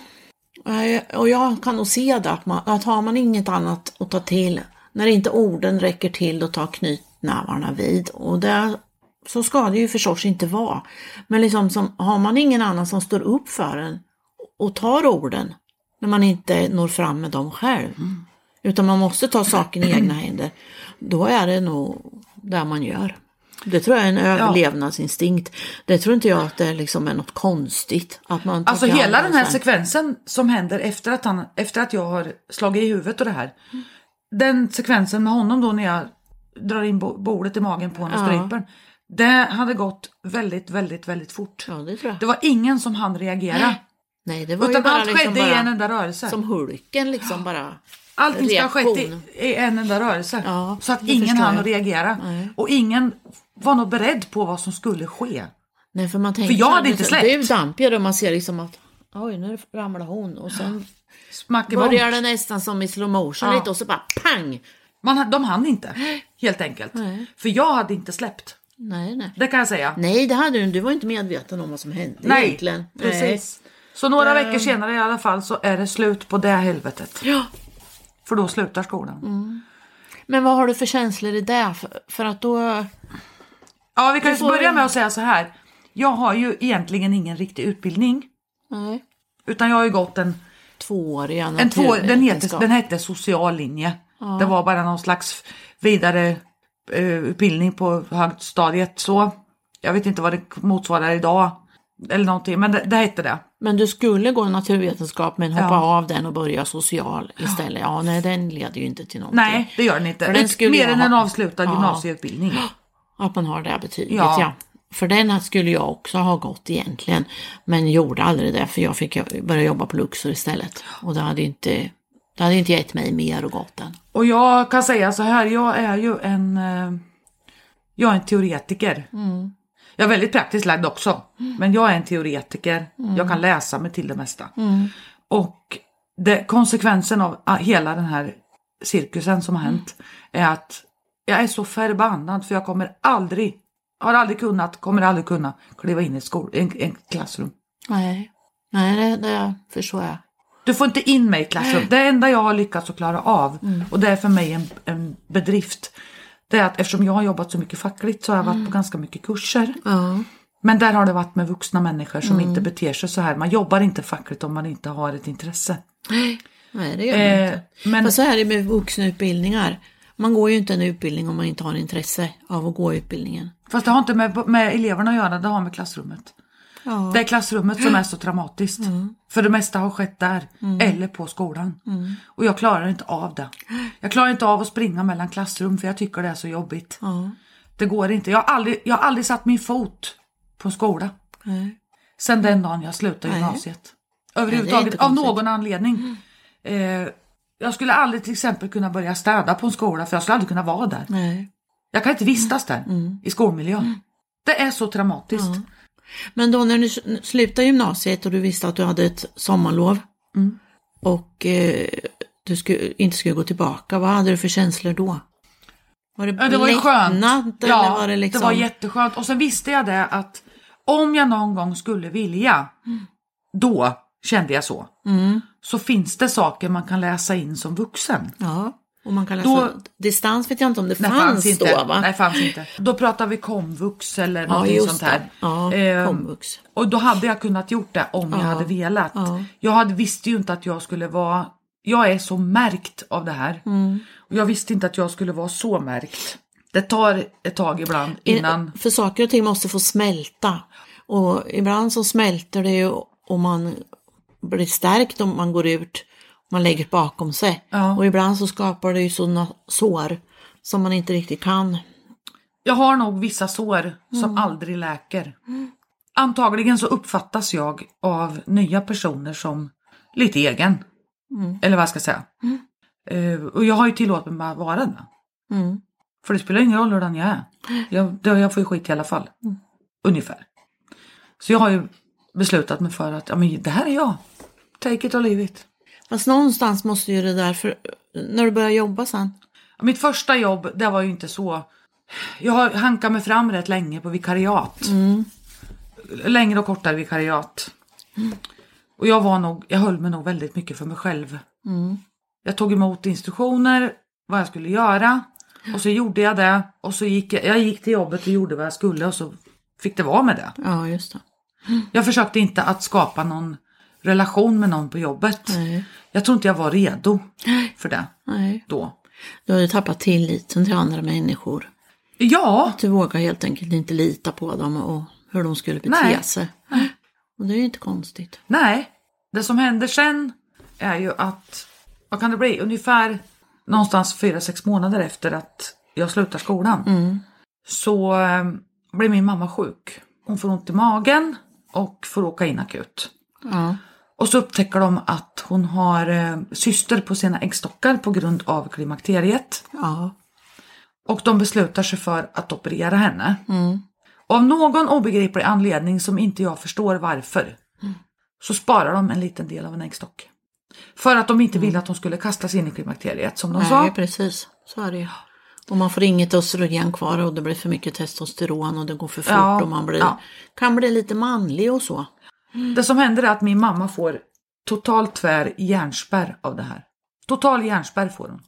Och jag kan nog se det att har man inget annat att ta till, när inte orden räcker till att ta knytnävarna vid, och så ska det ju förstås inte vara. Men liksom har man ingen annan som står upp för en och tar orden när man inte når fram med dem själv, utan man måste ta saken i egna händer, då är det nog det man gör. Det tror jag är en överlevnadsinstinkt. Det tror inte jag att det liksom är något konstigt. Att man alltså hela den här sekvensen som händer efter att jag har slagit i huvudet och det här. Den sekvensen med honom då när jag drar in bordet i magen på honom och stryper. Det hade gått väldigt, väldigt, väldigt fort. Ja, det tror jag. Det var ingen som hann reagera. Nej, det var utan ju bara allt liksom skedde i en enda rörelse. Som Hulken liksom bara. Allting ska ha skett i en enda rörelse. Ja, så att ingen hann att reagera. Nej. Och ingen var nog beredd på vad som skulle ske. Nej, för man tänker, för jag hade inte släppt. Det är ju dampigare och man ser liksom att oj, nu ramlar hon. Och sen börjar det nästan som i slow motion lite och så bara pang. De hann inte, helt enkelt. Nej. För jag hade inte släppt. Nej. Det kan jag säga. Nej, det hade du var inte medveten om vad som hände. Nej, egentligen. Precis. Så några veckor senare i alla fall så är det slut på det helvetet. Ja. För då slutar skolan. Men vad har du för känslor i det? För att då... Ja, vi kan ju börja med att säga så här. Jag har ju egentligen ingen riktig utbildning. Nej. Utan jag har ju gått en 2-årig den hette social linje. Ja. Det var bara någon slags vidare utbildning på högstadiet. Så jag vet inte vad det motsvarar idag. Eller någonting, men det hette det. Men du skulle gå naturvetenskap men hoppa av den och börja social istället. Ja, nej, den leder ju inte till någonting. Nej, det gör den inte. Mer än en avslutad gymnasieutbildning. Att man har det här betyget, ja. För den skulle jag också ha gått egentligen. Men gjorde aldrig det, för jag fick börja jobba på Luxor istället. Och det hade inte gett mig mer och gott än. Och jag kan säga så här, jag är ju en teoretiker. Jag är väldigt praktiskt lagd också. Men jag är en teoretiker. Jag kan läsa mig till det mesta. Och konsekvensen av hela den här cirkusen som har hänt är att jag är så förbannad, för jag kommer aldrig kunna kliva in i en klassrum. Nej, det förstår jag. Du får inte in mig i klassrum. Det enda jag har lyckats att klara av, och det är för mig en bedrift, det är att eftersom jag har jobbat så mycket fackligt så har jag varit på ganska mycket kurser. Men där har det varit med vuxna människor som inte beter sig så här. Man jobbar inte fackligt om man inte har ett intresse. Nej, det gör man inte. Men så är det med vuxenutbildningar. Man går ju inte en utbildning om man inte har intresse av att gå utbildningen. Fast det har inte med eleverna att göra, det har med klassrummet. Ja. Det är klassrummet som är så traumatiskt. För det mesta har skett där. Eller på skolan. Och jag klarar inte av det. Jag klarar inte av att springa mellan klassrum, för jag tycker det är så jobbigt. Det går inte. Jag har aldrig satt min fot på en skola. Sen den dagen jag slutade gymnasiet. Överhuvudtaget, av någon anledning. Jag skulle aldrig till exempel kunna börja städa på en skola, för jag skulle aldrig kunna vara där. Jag kan inte vistas där i skolmiljö. Det är så traumatiskt. Men då när du slutade gymnasiet och du visste att du hade ett sommarlov och du inte skulle gå tillbaka, vad hade du för känslor då? Var det var ju skönt. Eller var det liksom... det var jätteskönt. Och sen visste jag det att om jag någon gång skulle vilja, då kände jag så. Så finns det saker man kan läsa in som vuxen. Ja, och man kan läsa distans, vet jag inte om det fanns inte. Då, va? Nej, fanns inte. Då pratar vi komvux eller något sånt här. Ja, komvux. Och då hade jag kunnat gjort det om jag hade velat. Jag visste ju inte att jag skulle vara... Jag är så märkt av det här. Och jag visste inte att jag skulle vara så märkt. Det tar ett tag ibland innan... För saker och ting måste få smälta. Och ibland så smälter det ju och man blir stärkt om man går ut. Man lägger bakom sig. Och ibland så skapar det ju sådana sår som man inte riktigt kan. Jag har nog vissa sår som aldrig läker. Antagligen så uppfattas jag av nya personer som lite egen. Eller vad jag ska säga. Och jag har ju tillåtit mig att vara det. För det spelar ingen roll hur den jag är. Jag får ju skit i alla fall. Ungefär. Så jag har ju beslutat mig för att det här är jag. Take it or leave it. Fast någonstans måste ju det där, för när du börjar jobba sen. Mitt första jobb, det var ju inte så. Jag har hankat mig fram rätt länge på vikariat. Längre och kortare vikariat. Och jag höll mig nog väldigt mycket för mig själv. Jag tog emot instruktioner, vad jag skulle göra. Och så gjorde jag det. Och så gick jag till jobbet och gjorde vad jag skulle. Och så fick det vara med det. Ja, just det. Jag försökte inte att skapa någon relation med någon på jobbet. Jag tror inte jag var redo för det. Då. Du har ju tappat tilliten till andra människor. Ja. Att du vågar helt enkelt inte lita på dem och hur de skulle bete sig. Och det är ju inte konstigt. Nej. Det som händer sen är ju att, vad kan det bli? Ungefär någonstans 4-6 månader efter att jag slutar skolan. Så blir min mamma sjuk. Hon får ont i magen och får åka in akut. Och så upptäcker de att hon har syster på sina äggstockar på grund av klimakteriet. Och de beslutar sig för att operera henne. Och av någon obegriplig anledning som inte jag förstår varför, så sparar de en liten del av en äggstock. För att de inte ville att hon skulle kastas in i klimakteriet, som de sa. Nej, precis. Så är det ju. Och man får inget östrogen kvar och det blir för mycket testosteron och det går för fort och man kan bli lite manlig och så. Det som händer är att min mamma får totalt tvär hjärnspärr av det här. Total hjärnspärr får hon.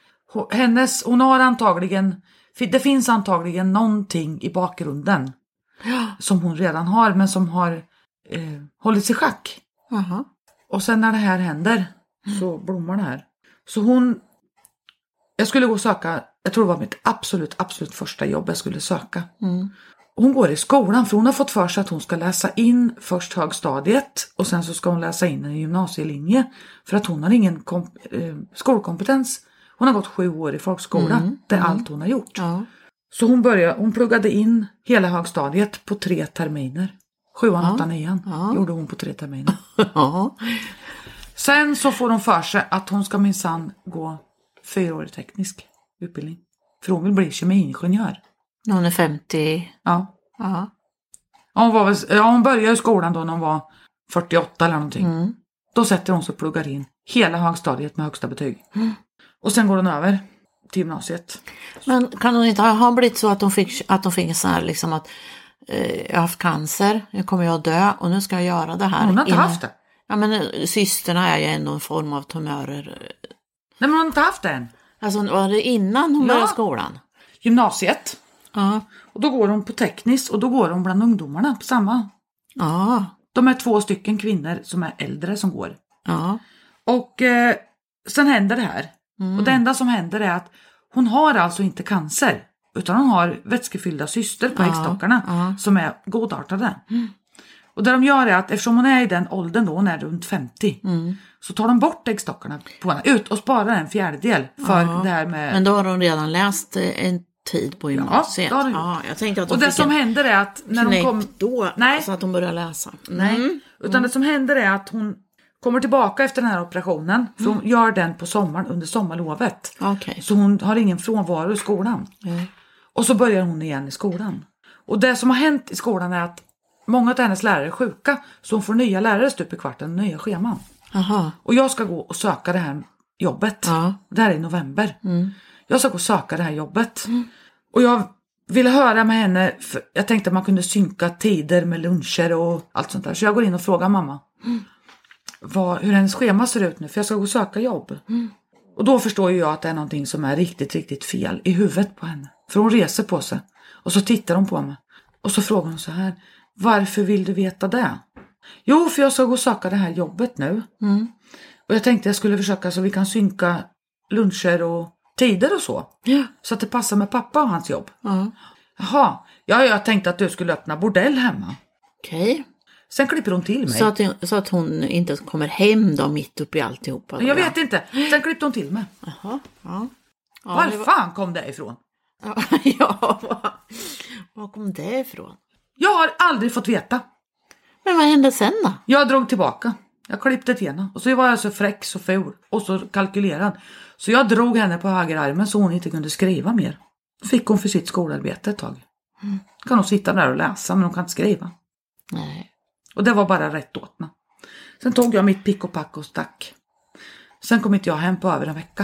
Hon har antagligen, det finns antagligen någonting i bakgrunden som hon redan har, men som har hållits i schack. Och sen när det här händer så blommar det här. Så jag skulle gå och söka, jag tror det var mitt absolut första jobb jag skulle söka. Hon går i skolan, för hon har fått för sig att hon ska läsa in först högstadiet och sen så ska hon läsa in en gymnasielinje, för att hon har ingen skolkompetens. Hon har gått 7 år i folkskola, det är allt hon har gjort. Så hon pluggade in hela högstadiet på 3 terminer. 7:an, 8:an, 9:an gjorde hon på 3 terminer. Sen så får hon för sig att hon ska minsann gå 4-årig teknisk utbildning. För hon vill bli kemiingenjör. Hon är 50. Hon började i skolan då när hon var 48 eller någonting. Då sätter hon sig och pluggar in hela högstadiet med högsta betyg. Och sen går hon över till gymnasiet. Men kan hon inte ha blivit så att hon fick så här liksom att jag har haft cancer, nu kommer jag att dö och nu ska jag göra det här. Hon har inte haft det. Ja, men systerna är ju ändå en form av tumörer. Nej, men hon har inte haft det än. Alltså var det innan hon började skolan? Gymnasiet. Och då går hon på tekniskt och då går hon bland ungdomarna på samma. De är 2 stycken kvinnor som är äldre som går. Och sen händer det här. Och det enda som händer är att hon har alltså inte cancer. Utan hon har vätskefyllda cyster på äggstockarna som är godartade. Och det de gör är att eftersom hon är i den åldern då, hon är runt 50. Så tar de bort äggstockarna på henne. Ut och sparar en fjärdedel för det här med... Men då har hon redan läst en tid på gymnasiet. Jag tänkte att och det som händer är att när hon kom... då, så att hon börjar läsa. Utan det som händer är att hon kommer tillbaka efter den här operationen. För hon gör den på sommaren under sommarlovet. Så hon har ingen frånvaro i skolan. Och så börjar hon igen i skolan. Och det som har hänt i skolan är att många av hennes lärare är sjuka. Så hon får nya lärare stup i kvarten, nya scheman. Och jag ska gå och söka det här jobbet. Det här är i november. Jag ska gå och söka det här jobbet. Och jag ville höra med henne. För jag tänkte att man kunde synka tider med luncher och allt sånt där. Så jag går in och frågar mamma. Hur hennes schema ser ut nu. För jag ska gå och söka jobb. Och då förstår jag att det är någonting som är riktigt, riktigt fel i huvudet på henne. För hon reser på sig. Och så tittar hon på mig. Och så frågar hon så här. Varför vill du veta det? Jo, för jag ska gå och söka det här jobbet nu. Och jag tänkte jag skulle försöka så vi kan synka luncher och tider och så. Så att det passar med pappa och hans jobb. Jaha, jag tänkte att du skulle öppna bordell hemma. Okej. Sen klipper hon till mig. Så att hon inte kommer hem då mitt upp i alltihopa. Då, jag vet inte. Sen klippte hon till mig. Var fan kom det ifrån? Var kom det ifrån? Jag har aldrig fått veta. Men vad hände sen då? Jag drog tillbaka. Jag klippte till henne. Och så var jag så fräck, så ful och så kalkylerad. Så jag drog henne på högerarmen så hon inte kunde skriva mer. Fick hon för sitt skolarbete ett tag. Kan hon sitta där och läsa men hon kan inte skriva. Nej. Och det var bara rätt åt henne. Sen tog jag mitt pick och pack och stack. Sen kom inte jag hem på över en vecka.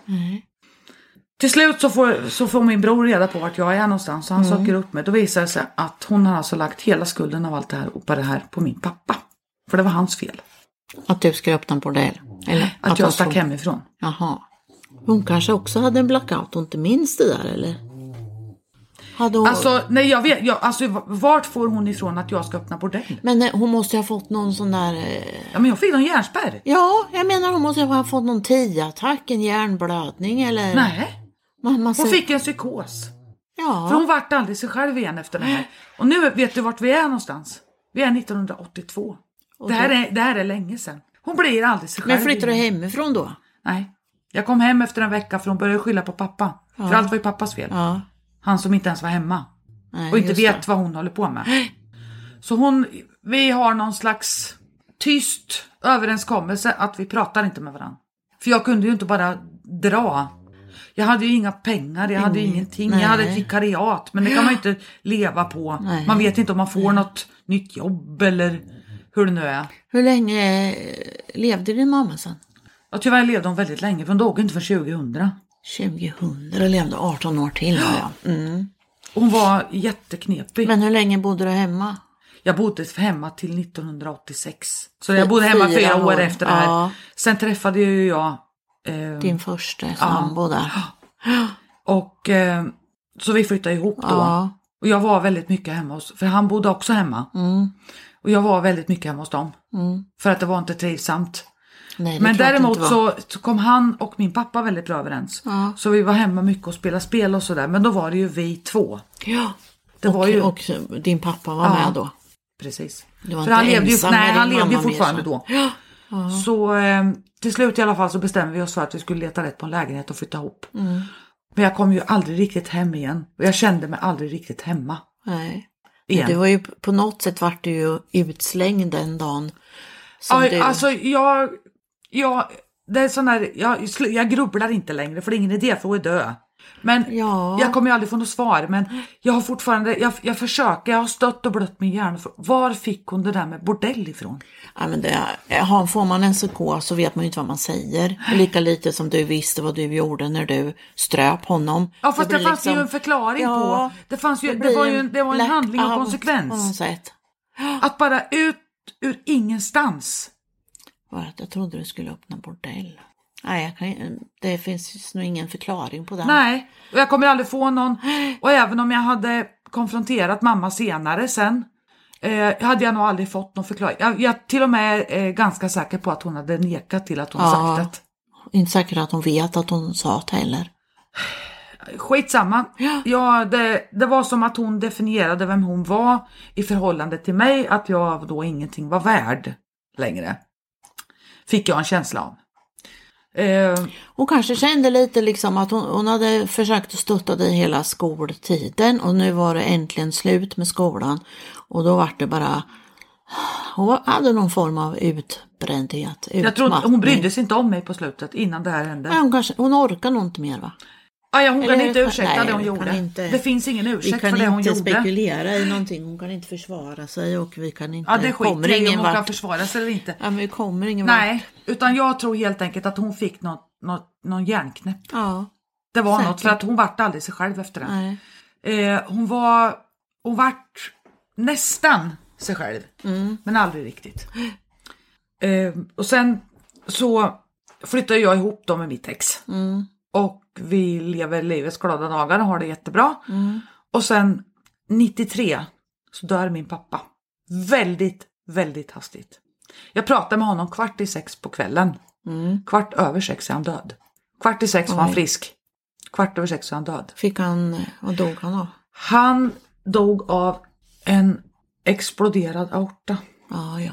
Till slut så får min bror reda på vart jag är någonstans. Så han söker upp mig. Då visar det sig att hon har alltså lagt hela skulden av allt det här och på det här på min pappa. För det var hans fel. Att du skulle öppna en bordell? Eller att jag stack hemifrån. Jaha. Hon kanske också hade en blackout och inte minns det där, eller? Hon... Alltså, nej jag vet. Alltså, vart får hon ifrån att jag ska öppna bordell? Men hon måste ha fått någon sån där... Ja, men jag fick någon hjärnspärr. Ja, jag menar hon måste ha fått någon TIA-attack, en hjärnblödning eller... Nej. Hon fick en psykos. Ja. För hon vart aldrig sig själv igen efter det här. Och nu vet du vart vi är någonstans. Vi är 1982. Det här är länge sedan. Hon blir aldrig sig själv. Men flyttade du hemifrån då? Nej. Jag kom hem efter en vecka för hon började skylla på pappa. För allt var ju pappas fel. Han som inte ens var hemma. Nej, och inte vet vad hon håller på med. Så vi har någon slags tyst överenskommelse att vi pratar inte med varandra. För jag kunde ju inte bara dra. Jag hade ju inga pengar, jag hade ingenting. Nej. Jag hade ett vikariat, men det kan man ju inte leva på. Nej. Man vet inte om man får något nytt jobb eller hur det nu är. Hur länge levde din mamma sen? Ja, tyvärr levde hon väldigt länge, för hon dog inte för 2000. 2000 levde 18 år till. Ja. Hon var jätteknepig. Men hur länge bodde du hemma? Jag bodde hemma till 1986. Så jag bodde hemma 4 år efter det här. Sen träffade jag din första sambo där. Och så vi flyttade ihop då. Och jag var väldigt mycket hemma hos, för han bodde också hemma. Och jag var väldigt mycket hemma hos dem. För att det var inte trivsamt. Nej, men däremot så kom han och min pappa väldigt bra överens. Så vi var hemma mycket och spelade spel och sådär. Men då var det ju vi två. Ja. Och din pappa var med då. Precis. För han levde ju fortfarande då. Så till slut i alla fall så bestämde vi oss för att vi skulle leta rätt på en lägenhet och flytta ihop. Men jag kom ju aldrig riktigt hem igen. Och jag kände mig aldrig riktigt hemma. Nej. Igen. Det var ju på något sätt vart du ju utslängd den dagen. Alltså det är sån där, jag grubblar inte längre för det är ingen idé för att dö. Men jag kommer ju aldrig få något svar. Men jag har fortfarande, jag försöker, jag har stött och blött min hjärna. Var fick hon det där med bordell ifrån? Ja, men får man en psykos så vet man ju inte vad man säger. Lika lite som du visste vad du gjorde när du ströp honom. Ja, fast det fanns ju en förklaring på. Det fanns ju, det var en handling och konsekvens. På något sätt. Att bara ut ur ingenstans. Jag trodde du skulle öppna bordell. Nej, det finns nog ingen förklaring på det. Nej, och jag kommer aldrig få någon. Och även om jag hade konfronterat mamma senare sen, hade jag nog aldrig fått någon förklaring. Jag till och med är ganska säker på att hon hade nekat till att hon sagt det. Inte säkert att hon vet att hon sa det heller. Skitsamma. Ja, det var som att hon definierade vem hon var i förhållande till mig. Att jag då ingenting var värd längre. Fick jag en känsla av. Hon kanske kände lite liksom att hon hade försökt att stötta dig hela skoltiden. Och nu var det äntligen slut med skolan. Och då var det bara... Hon hade någon form av utbrändhet. Jag tror hon brydde sig inte om mig på slutet innan det här hände. Nej, hon orkar nog inte mer, va? Hon kan inte ursäkta det hon gjorde. Det finns ingen ursäkt för det hon gjorde. Vi kan inte spekulera i någonting. Hon kan inte försvara sig och vi kan inte... Ja, det skiter i om hon kan försvara sig eller inte. Ja, men vi kommer ingen Nej, vart. utan jag tror helt enkelt att hon fick någon hjärnknäpp. Ja. Det var säkert. något, för att hon vart aldrig sig själv efter det. Nej. Hon vart nästan sig själv. Men aldrig riktigt. Och sen så flyttade jag ihop då med mitt ex. Och vi lever livets glada dagar och har det jättebra. Och sen 93 så dör min pappa. Väldigt, väldigt hastigt. Jag pratade med honom 5:15 på kvällen. 5:15 är han död. 5:15 var han frisk. 5:15 är han död. Vad dog han av? Han dog av en exploderad aorta. Ja.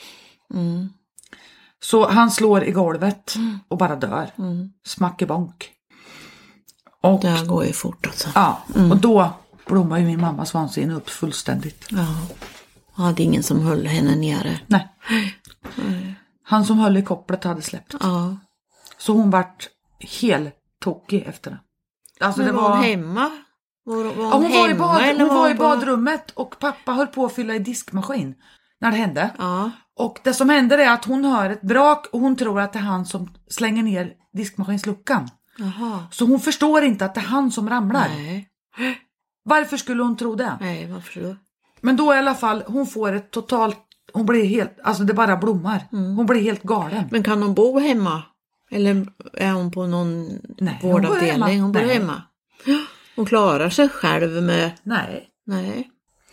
Så han slår i golvet och bara dör. Smack i bonk. Och, det går ju fort alltså. Ja, och då blommar ju min mammas vansinne upp fullständigt. Ja. Jag hade ingen som höll henne nere. Nej. Han som höll i kopplet hade släppt. Ja. Så hon vart helt tokig efter det. Alltså, men det var hon hemma? Hon var i badrummet och pappa höll på att fylla i diskmaskin när det hände. Ja. Och det som händer är att hon hör ett brak och hon tror att det är han som slänger ner diskmaskinsluckan. Jaha. Så hon förstår inte att det är han som ramlar. Nej. Varför skulle hon tro det? Nej, varför då? Men då i alla fall, hon får ett totalt... Hon blir helt... Alltså det bara blommar. Hon blir helt galen. Men kan hon bo hemma? Eller är hon på någon vårdavdelning? Hon bor hemma. Hon klarar sig själv med... Nej.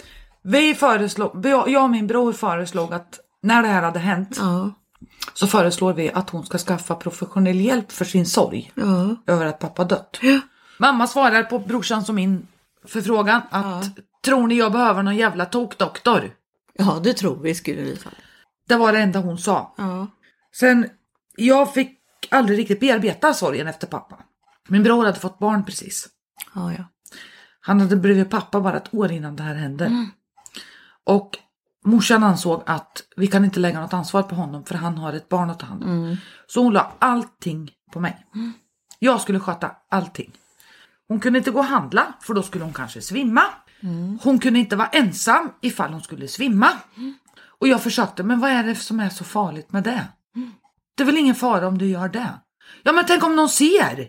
Jag och min bror föreslog att när det här hade hänt så föreslår vi att hon ska skaffa professionell hjälp för sin sorg över att pappa dött. Mamma svarar på brorsans och min förfrågan att tror ni jag behöver någon jävla tokdoktor? Ja, det tror vi skulle vi. Det var det enda hon sa. Sen, jag fick aldrig riktigt bearbeta sorgen efter pappa. Min bror hade fått barn precis. Ja. Han hade blivit pappa bara ett år innan det här hände. Och morsan ansåg att vi kan inte lägga något ansvar på honom för han har ett barn att ta hand om. Så hon la allting på mig. Jag skulle sköta allting. Hon kunde inte gå och handla för då skulle hon kanske svimma. Hon kunde inte vara ensam ifall hon skulle svimma. Och jag försökte, men vad är det som är så farligt med det? Det är väl ingen fara om du gör det? Ja, men tänk om någon ser.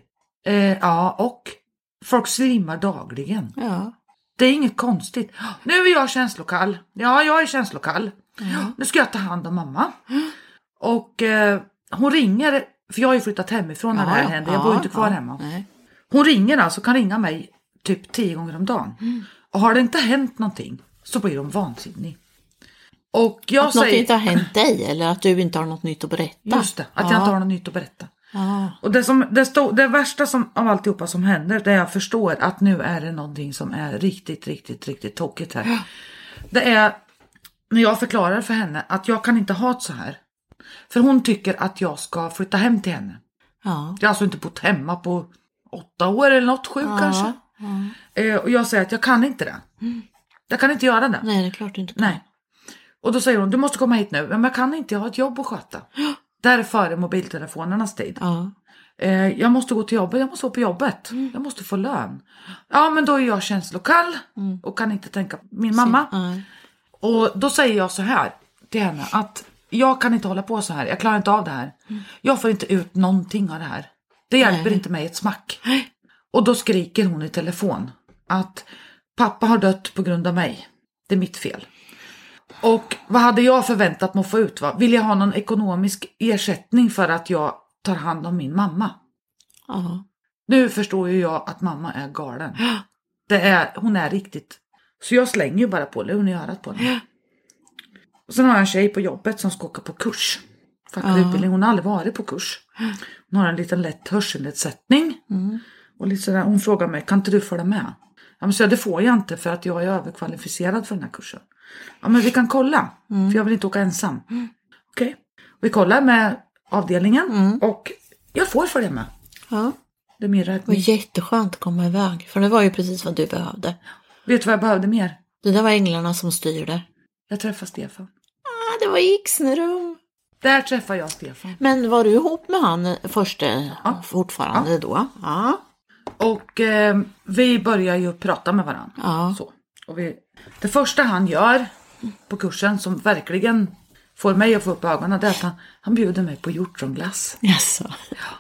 Och folk svimmar dagligen. Ja. Det är inget konstigt. Nu är jag känslokall. Ja, jag är känslokall. Nu ska jag ta hand om mamma. Och hon ringer, för jag har ju flyttat hemifrån när det här hände. Jag bor inte kvar hemma. Nej. Hon ringer alltså, kan ringa mig typ 10 gånger om dagen. Och har det inte hänt någonting så blir de vansinnig. Och jag att något inte har hänt dig eller att du inte har något nytt att berätta. Just det, att jag inte har något nytt att berätta. Ja. Och det värsta som, av alltihopa som händer, det jag förstår att nu är det någonting som är riktigt, riktigt, riktigt tokigt här. Ja. Det är när jag förklarar för henne att jag kan inte ha det så här. För hon tycker att jag ska flytta hem till henne. Ja. Jag har alltså inte bott hemma på 8 år eller något, 7 kanske. Ja. Och jag säger att jag kan inte det. Jag kan inte göra det. Nej, det är klart du inte kan. Nej. Och då säger hon, du måste komma hit nu. Men jag kan inte, jag har ett jobb att sköta. Där före mobiltelefonernas tid. Ja. Jag måste gå till jobbet, jag måste vara på jobbet. Jag måste få lön. Ja, men då är jag känslokall och kan inte tänka på min mamma. Och då säger jag så här till henne att jag kan inte hålla på så här. Jag klarar inte av det här. Jag får inte ut någonting av det här. Det hjälper inte mig ett smack. Och då skriker hon i telefon att pappa har dött på grund av mig. Det är mitt fel. Och vad hade jag förväntat mig att få ut? Vill jag ha någon ekonomisk ersättning för att jag tar hand om min mamma? Nu förstår ju jag att mamma är galen. Hon är riktigt. Så jag slänger ju bara på det. Hon är örat på det. Och sen har jag en tjej på jobbet som ska åka på kurs. facklig utbildning. Hon har aldrig varit på kurs. Hon har en liten lätt hörselnedsättning. Och lite sådär, hon frågar mig, kan inte du följa med? Ja, men så det får jag inte för att jag är överkvalificerad för den här kursen. Ja, men vi kan kolla. För jag vill inte åka ensam. Okej. Vi kollar med avdelningen. Och jag får följa med. Ja. Det är min Det var räkning. jätteskönt att komma iväg. För det var ju precis vad du behövde. Vet du vad jag behövde mer? Det där var änglarna som styrde. Jag träffade Stefan. Det var i Ixnerum. Där träffade jag Stefan. Men var du ihop med han fortfarande då? Ja. Och vi börjar ju prata med varandra. Ja. Så. Och det första han gör på kursen som verkligen får mig att få upp ögonen, det är att han bjuder mig på hjortronglass. Jaså.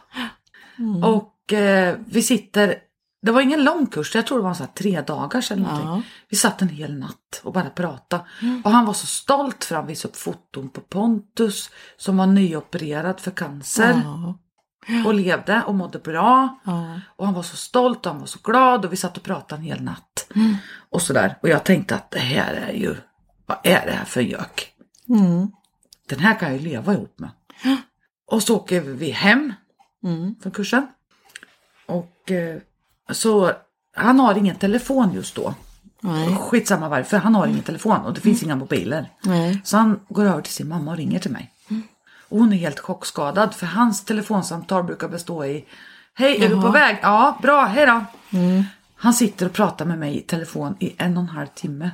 Och vi sitter, det var ingen lång kurs, jag tror det var så här 3 dagar eller någonting. Ja. Vi satt en hel natt och bara pratade. Och han var så stolt för han visade upp foton på Pontus som var nyopererad för cancer. Ja. Och levde och mådde bra. Ja. Och han var så stolt och han var så glad. Och vi satt och pratade en hel natt. Och sådär. Och jag tänkte att det här är ju, vad är det här för gök? Den här kan jag ju leva ihop med. Och så åker vi hem från kursen. Och så han har ingen telefon just då. Nej. Skitsamma varför, han har ingen telefon och det finns inga mobiler. Nej. Så han går över till sin mamma och ringer till mig. Och hon är helt chockskadad för hans telefonsamtal brukar bestå i: hej, är du på väg? Ja, bra, hej då. Han sitter och pratar med mig i telefon i 1,5 timme.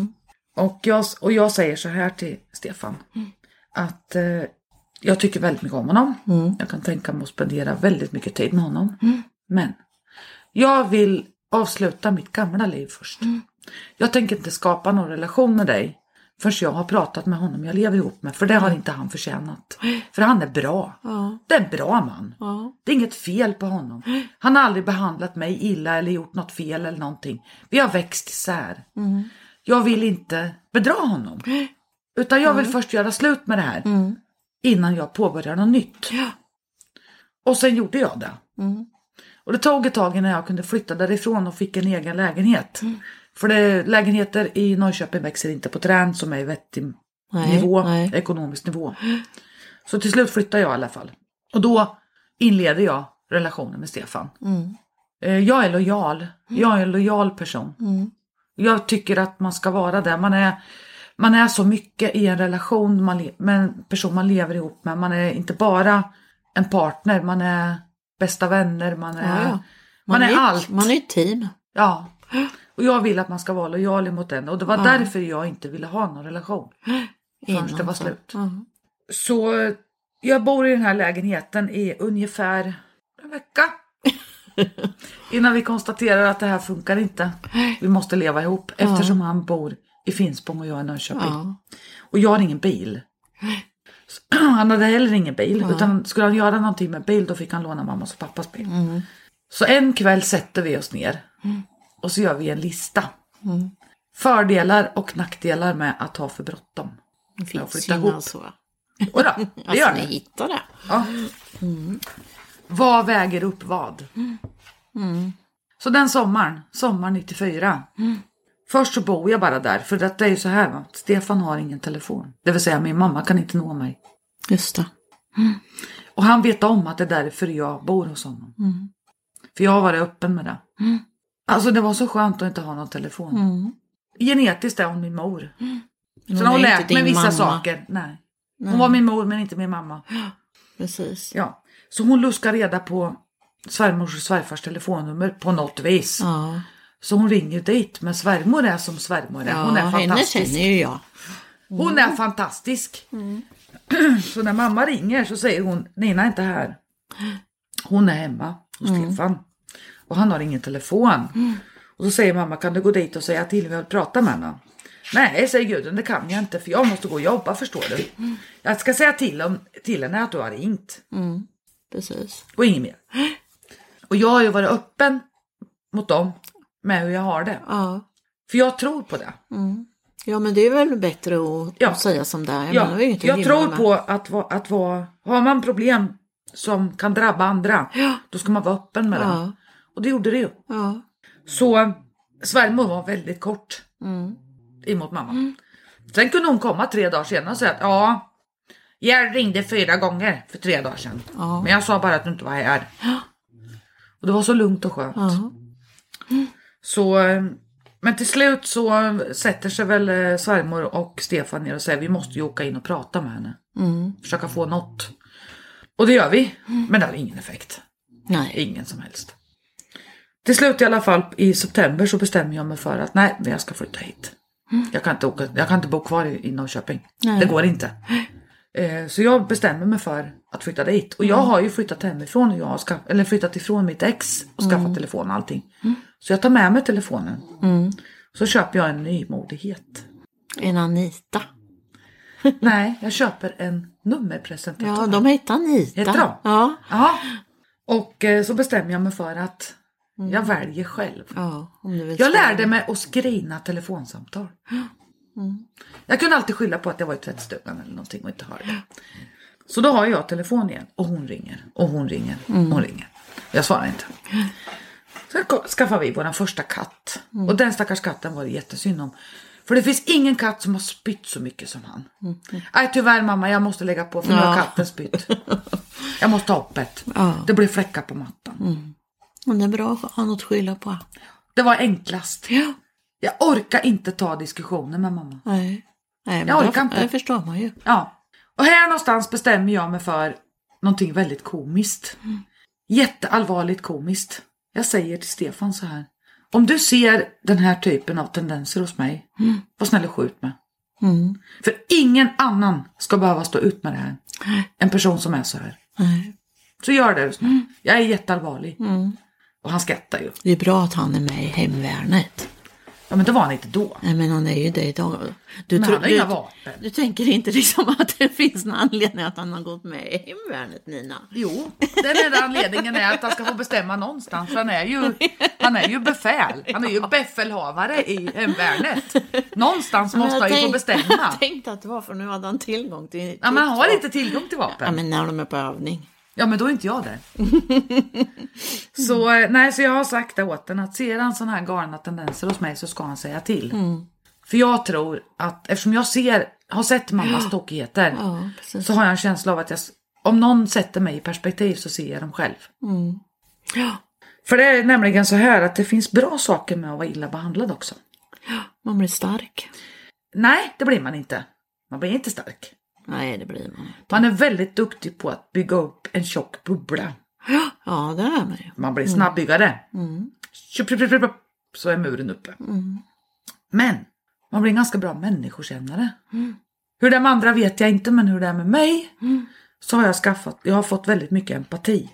Och jag säger så här till Stefan. Att jag tycker väldigt mycket om honom. Jag kan tänka mig att spendera väldigt mycket tid med honom. Men jag vill avsluta mitt gamla liv först. Jag tänker inte skapa någon relation med dig förrän jag har pratat med honom jag lever ihop med. För det har inte han förtjänat. För han är bra. Det är en bra man. Det är inget fel på honom. Han har aldrig behandlat mig illa eller gjort något fel eller någonting. Vi har växt isär. Jag vill inte bedra honom. Utan jag vill först göra slut med det här. Innan jag påbörjar något nytt. Och sen gjorde jag det. Och det tog ett tag innan jag kunde flytta därifrån och fick en egen lägenhet. För lägenheter i Norrköping växer inte på träd som är i vettig ekonomisk nivå. Så till slut flyttade jag i alla fall. Och då inledde jag relationen med Stefan. Jag är lojal. Jag är en lojal person. Jag tycker att man ska vara det. Man är så mycket i en relation med en person man lever ihop med. Man är inte bara en partner, man är bästa vänner, man är allt. Man är ett team. Ja, och jag vill att man ska vara lojal mot den. Och det var därför jag inte ville ha någon relation. Förrän det var slut. Så jag bor i den här lägenheten i ungefär en vecka. Innan vi konstaterar att det här funkar inte. Vi måste leva ihop. Eftersom han bor i Finspång och jag i Norrköping. Och jag har ingen bil. Han hade heller ingen bil. Utan skulle han göra någonting med bil, då fick han låna mammas och pappas bil. Så en kväll sätter vi oss ner. Och så gör vi en lista. Fördelar och nackdelar med att ha för bråttom. Det finns ju alltså. Och då, det gör ni hittar det. Ja. Vad väger upp vad? Så den sommar 94. Först så bor jag bara där. För det är ju så här, va? Stefan har ingen telefon. Det vill säga min mamma kan inte nå mig. Just det. Och han vet om att det är därför jag bor hos honom. För jag har varit öppen med det. Alltså det var så skönt att inte ha någon telefon. Genetiskt är hon min mor. Så hon har lärt mig vissa saker. Nej. Hon var min mor men inte min mamma. Precis. Ja. Så hon luskar reda på svärmors och svärfars telefonnummer på något vis. Ja. Så hon ringer dit. Men svärmor är som svärmor är. Hon är fantastisk. Henne känner ju jag. Hon är fantastisk. Så när mamma ringer så säger hon: Nina är inte här. Hon är hemma hos Stefan. Och han har ingen telefon. Och så säger mamma: kan du gå dit och säga till mig att prata med henne? Nej, säger Gudrun, det kan jag inte. För jag måste gå och jobba, förstår du. Jag ska säga till henne att du har ringt. Precis. Och inget mer. Och jag har ju varit öppen mot dem med hur jag har det. Ja. För jag tror på det. Ja, men det är väl bättre att säga som det är. Jag tror på att har man problem som kan drabba andra, då ska man vara öppen med det. Och det gjorde det ju. Ja. Så svärmor var väldigt kort emot mamma. Sen kunde hon komma 3 dagar senare och säga att Jag ringde 4 gånger för 3 dagar sedan. Ja. Men jag sa bara att du inte var här. Och det var så lugnt och skönt. Ja. Så, men till slut så sätter sig väl svärmor och Stefan ner och säger vi måste ju åka in och prata med henne. Försöka få något. Och det gör vi. Men det har ingen effekt. Nej. Ingen som helst. Till slut i alla fall i september så bestämmer jag mig för att nej, jag ska flytta hit. Jag kan inte bo kvar i Norrköping. Nej. Det går inte. Så jag bestämmer mig för att flytta dit. Och jag har ju flyttat hemifrån och jag har flyttat ifrån mitt ex och skaffat telefon och allting. Så jag tar med mig telefonen. Så köper jag en nymodighet. En Anita. Nej, jag köper en nummerpresentatör. Ja, de heter Anita. Heter de? Ja. Ja. Och så bestämmer jag mig för att jag väljer själv. Ja, om du vill Jag svara. lärde mig att screena telefonsamtal. Jag kunde alltid skylla på att jag var i tvättstugan eller någonting och inte hörde. Så då har jag telefon igen och hon ringer och hon ringer och hon ringer. Jag svarar inte. Så skaffade vi vår första katt. Och den stackars katten var det jättesynd om. För det finns ingen katt som har spytt så mycket som han. Nej, tyvärr mamma, jag måste lägga på för nu har katten spytt. Jag måste ha öppet. Ja. Det blir fläckar på mattan. Men det är bra att ha något att skylla på. Det var enklast. Ja. Jag orkar inte ta diskussioner med mamma. Nej, men Jag orkar inte. Det förstår man ju. Ja. Och här någonstans bestämmer jag mig för någonting väldigt komiskt. Jätteallvarligt komiskt. Jag säger till Stefan så här. Om du ser den här typen av tendenser hos mig, var snäll och skjut mig. För ingen annan ska behöva stå ut med det här. En person som är så här. Nej. Så gör det. Jag är jätteallvarlig. Och han skrattar ju. Det är bra att han är med i hemvärnet. Ja, men det var han inte då. Nej, men han är ju det idag. Men han har inga vapen. Du tänker inte liksom att det finns någon anledning att han har gått med i hemvärnet, Nina? Jo, den enda anledningen är att han ska få bestämma någonstans. För han är ju befäl. Han är ju befälhavare i hemvärnet. Någonstans måste han ju få bestämma. Jag tänkte att det var för nu hade han tillgång till... Ja, men han har inte tillgång till vapen. Ja, men när de är på övning. Ja, men då är inte jag där. Så jag har sagt det åt den att ser han sån här galna tendenser hos mig så ska han säga till. För jag tror att eftersom jag har sett mammas tokigheter så har jag en känsla av att om någon sätter mig i perspektiv så ser jag dem själv. Ja. För det är nämligen så här att det finns bra saker med att vara illa behandlad också. Man blir stark. Nej, det blir man inte. Man blir inte stark. Nej, det blir man. Man är väldigt duktig på att bygga upp en tjock bubbla. Ja, det är man ju. Man blir snabbbyggare. Så är muren uppe. Men man blir en ganska bra människokännare. Hur det är med andra vet jag inte, men hur det är med mig så har jag har fått väldigt mycket empati.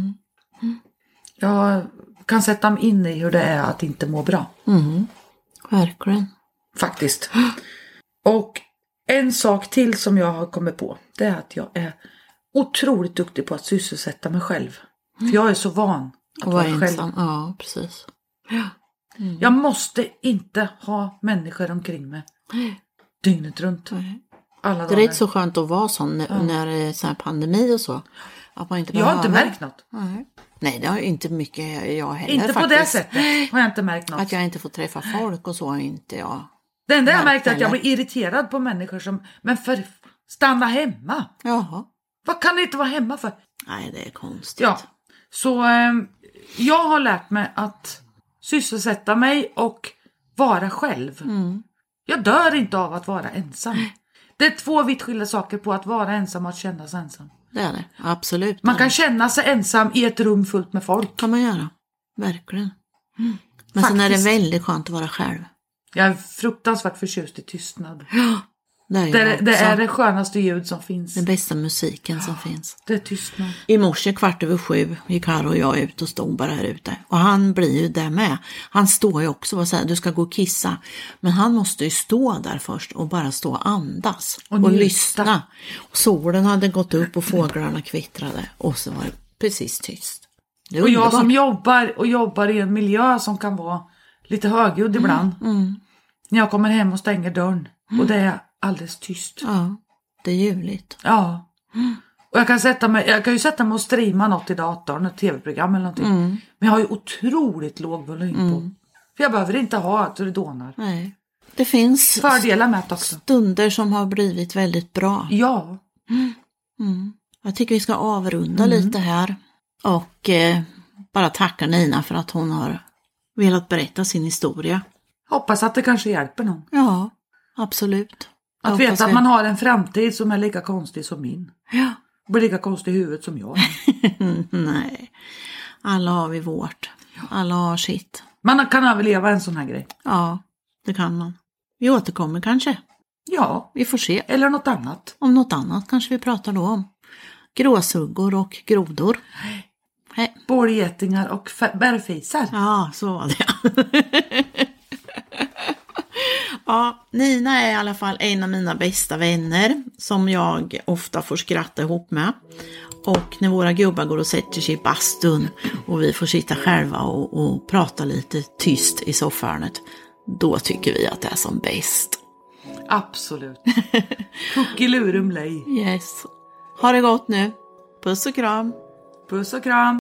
Jag kan sätta mig in i hur det är att inte må bra. Verkligen. Faktiskt. Och en sak till som jag har kommit på, det är att jag är otroligt duktig på att sysselsätta mig själv. För jag är så van att vara ensam. själv. Ja, precis. Jag måste inte ha människor omkring mig dygnet runt. Alla Det är dagar. inte så skönt att vara sån när det är så här pandemi och så. Att man inte Jag har inte märkt något. Nej, det har inte mycket jag heller Inte faktiskt. på det sättet har jag inte märkt något. Att jag inte får träffa folk och så är inte jag. Det enda jag märkt är att jag blir irriterad på människor som, men stanna hemma. Jaha. Vad kan det inte vara hemma för? Nej, det är konstigt. Ja, så jag har lärt mig att sysselsätta mig och vara själv. Jag dör inte av att vara ensam. Det är 2 vitt skilda saker på att vara ensam och att känna sig ensam. Det är det, absolut. Man kan känna sig ensam i ett rum fullt med folk. Kan man göra, verkligen. Men sen är det väldigt skönt att vara själv. Jag är fruktansvärt förtjust i tystnad. Det är det skönaste ljud som finns. Den bästa musiken som finns. Det är tystnad. I morse 6:15 gick Karo och jag ut och stod bara här ute. Och han blir ju där med. Han står ju också och säger du ska gå och kissa. Men han måste ju stå där först och bara stå och andas. Och lyssna. Och solen hade gått upp och fåglarna kvittrade. Och så var det precis tyst. Det och jag som jobbar i en miljö som kan vara lite högljudd ibland. När jag kommer hem och stänger dörren. Och det är alldeles tyst. Ja, det är ljuvligt. Ja. Och jag kan ju sätta mig och streama något i datorn, ett tv-program eller någonting. Men jag har ju otroligt låg volym på. För jag behöver inte ha att det donar. Nej. Det finns fördelar med det också. Stunder som har blivit väldigt bra. Ja. Jag tycker vi ska avrunda lite här. Och bara tacka Nina för att hon har velat berätta sin historia. Hoppas att det kanske hjälper någon. Ja, absolut. Att veta att man har en framtid som är lika konstig som min. Ja. Blir lika konstig i huvudet som jag. Nej, alla har vi vårt. Alla har sitt. Man kan överleva en sån här grej. Ja, det kan man. Vi återkommer kanske. Ja. Vi får se. Eller något annat. Om något annat kanske vi pratar då om. Gråsuggor och grodor. Hej. Bålgetingar och bärfisar. Ja, så var det. Ja, Nina är i alla fall en av mina bästa vänner som jag ofta får skratta ihop med. Och när våra gubbar går och sätter sig i bastun och vi får sitta själva och prata lite tyst i soffhörnet, då tycker vi att det är som bäst. Absolut. Kuckelurum lej. Yes. Ha det gott nu. Puss och kram. Puss och kram.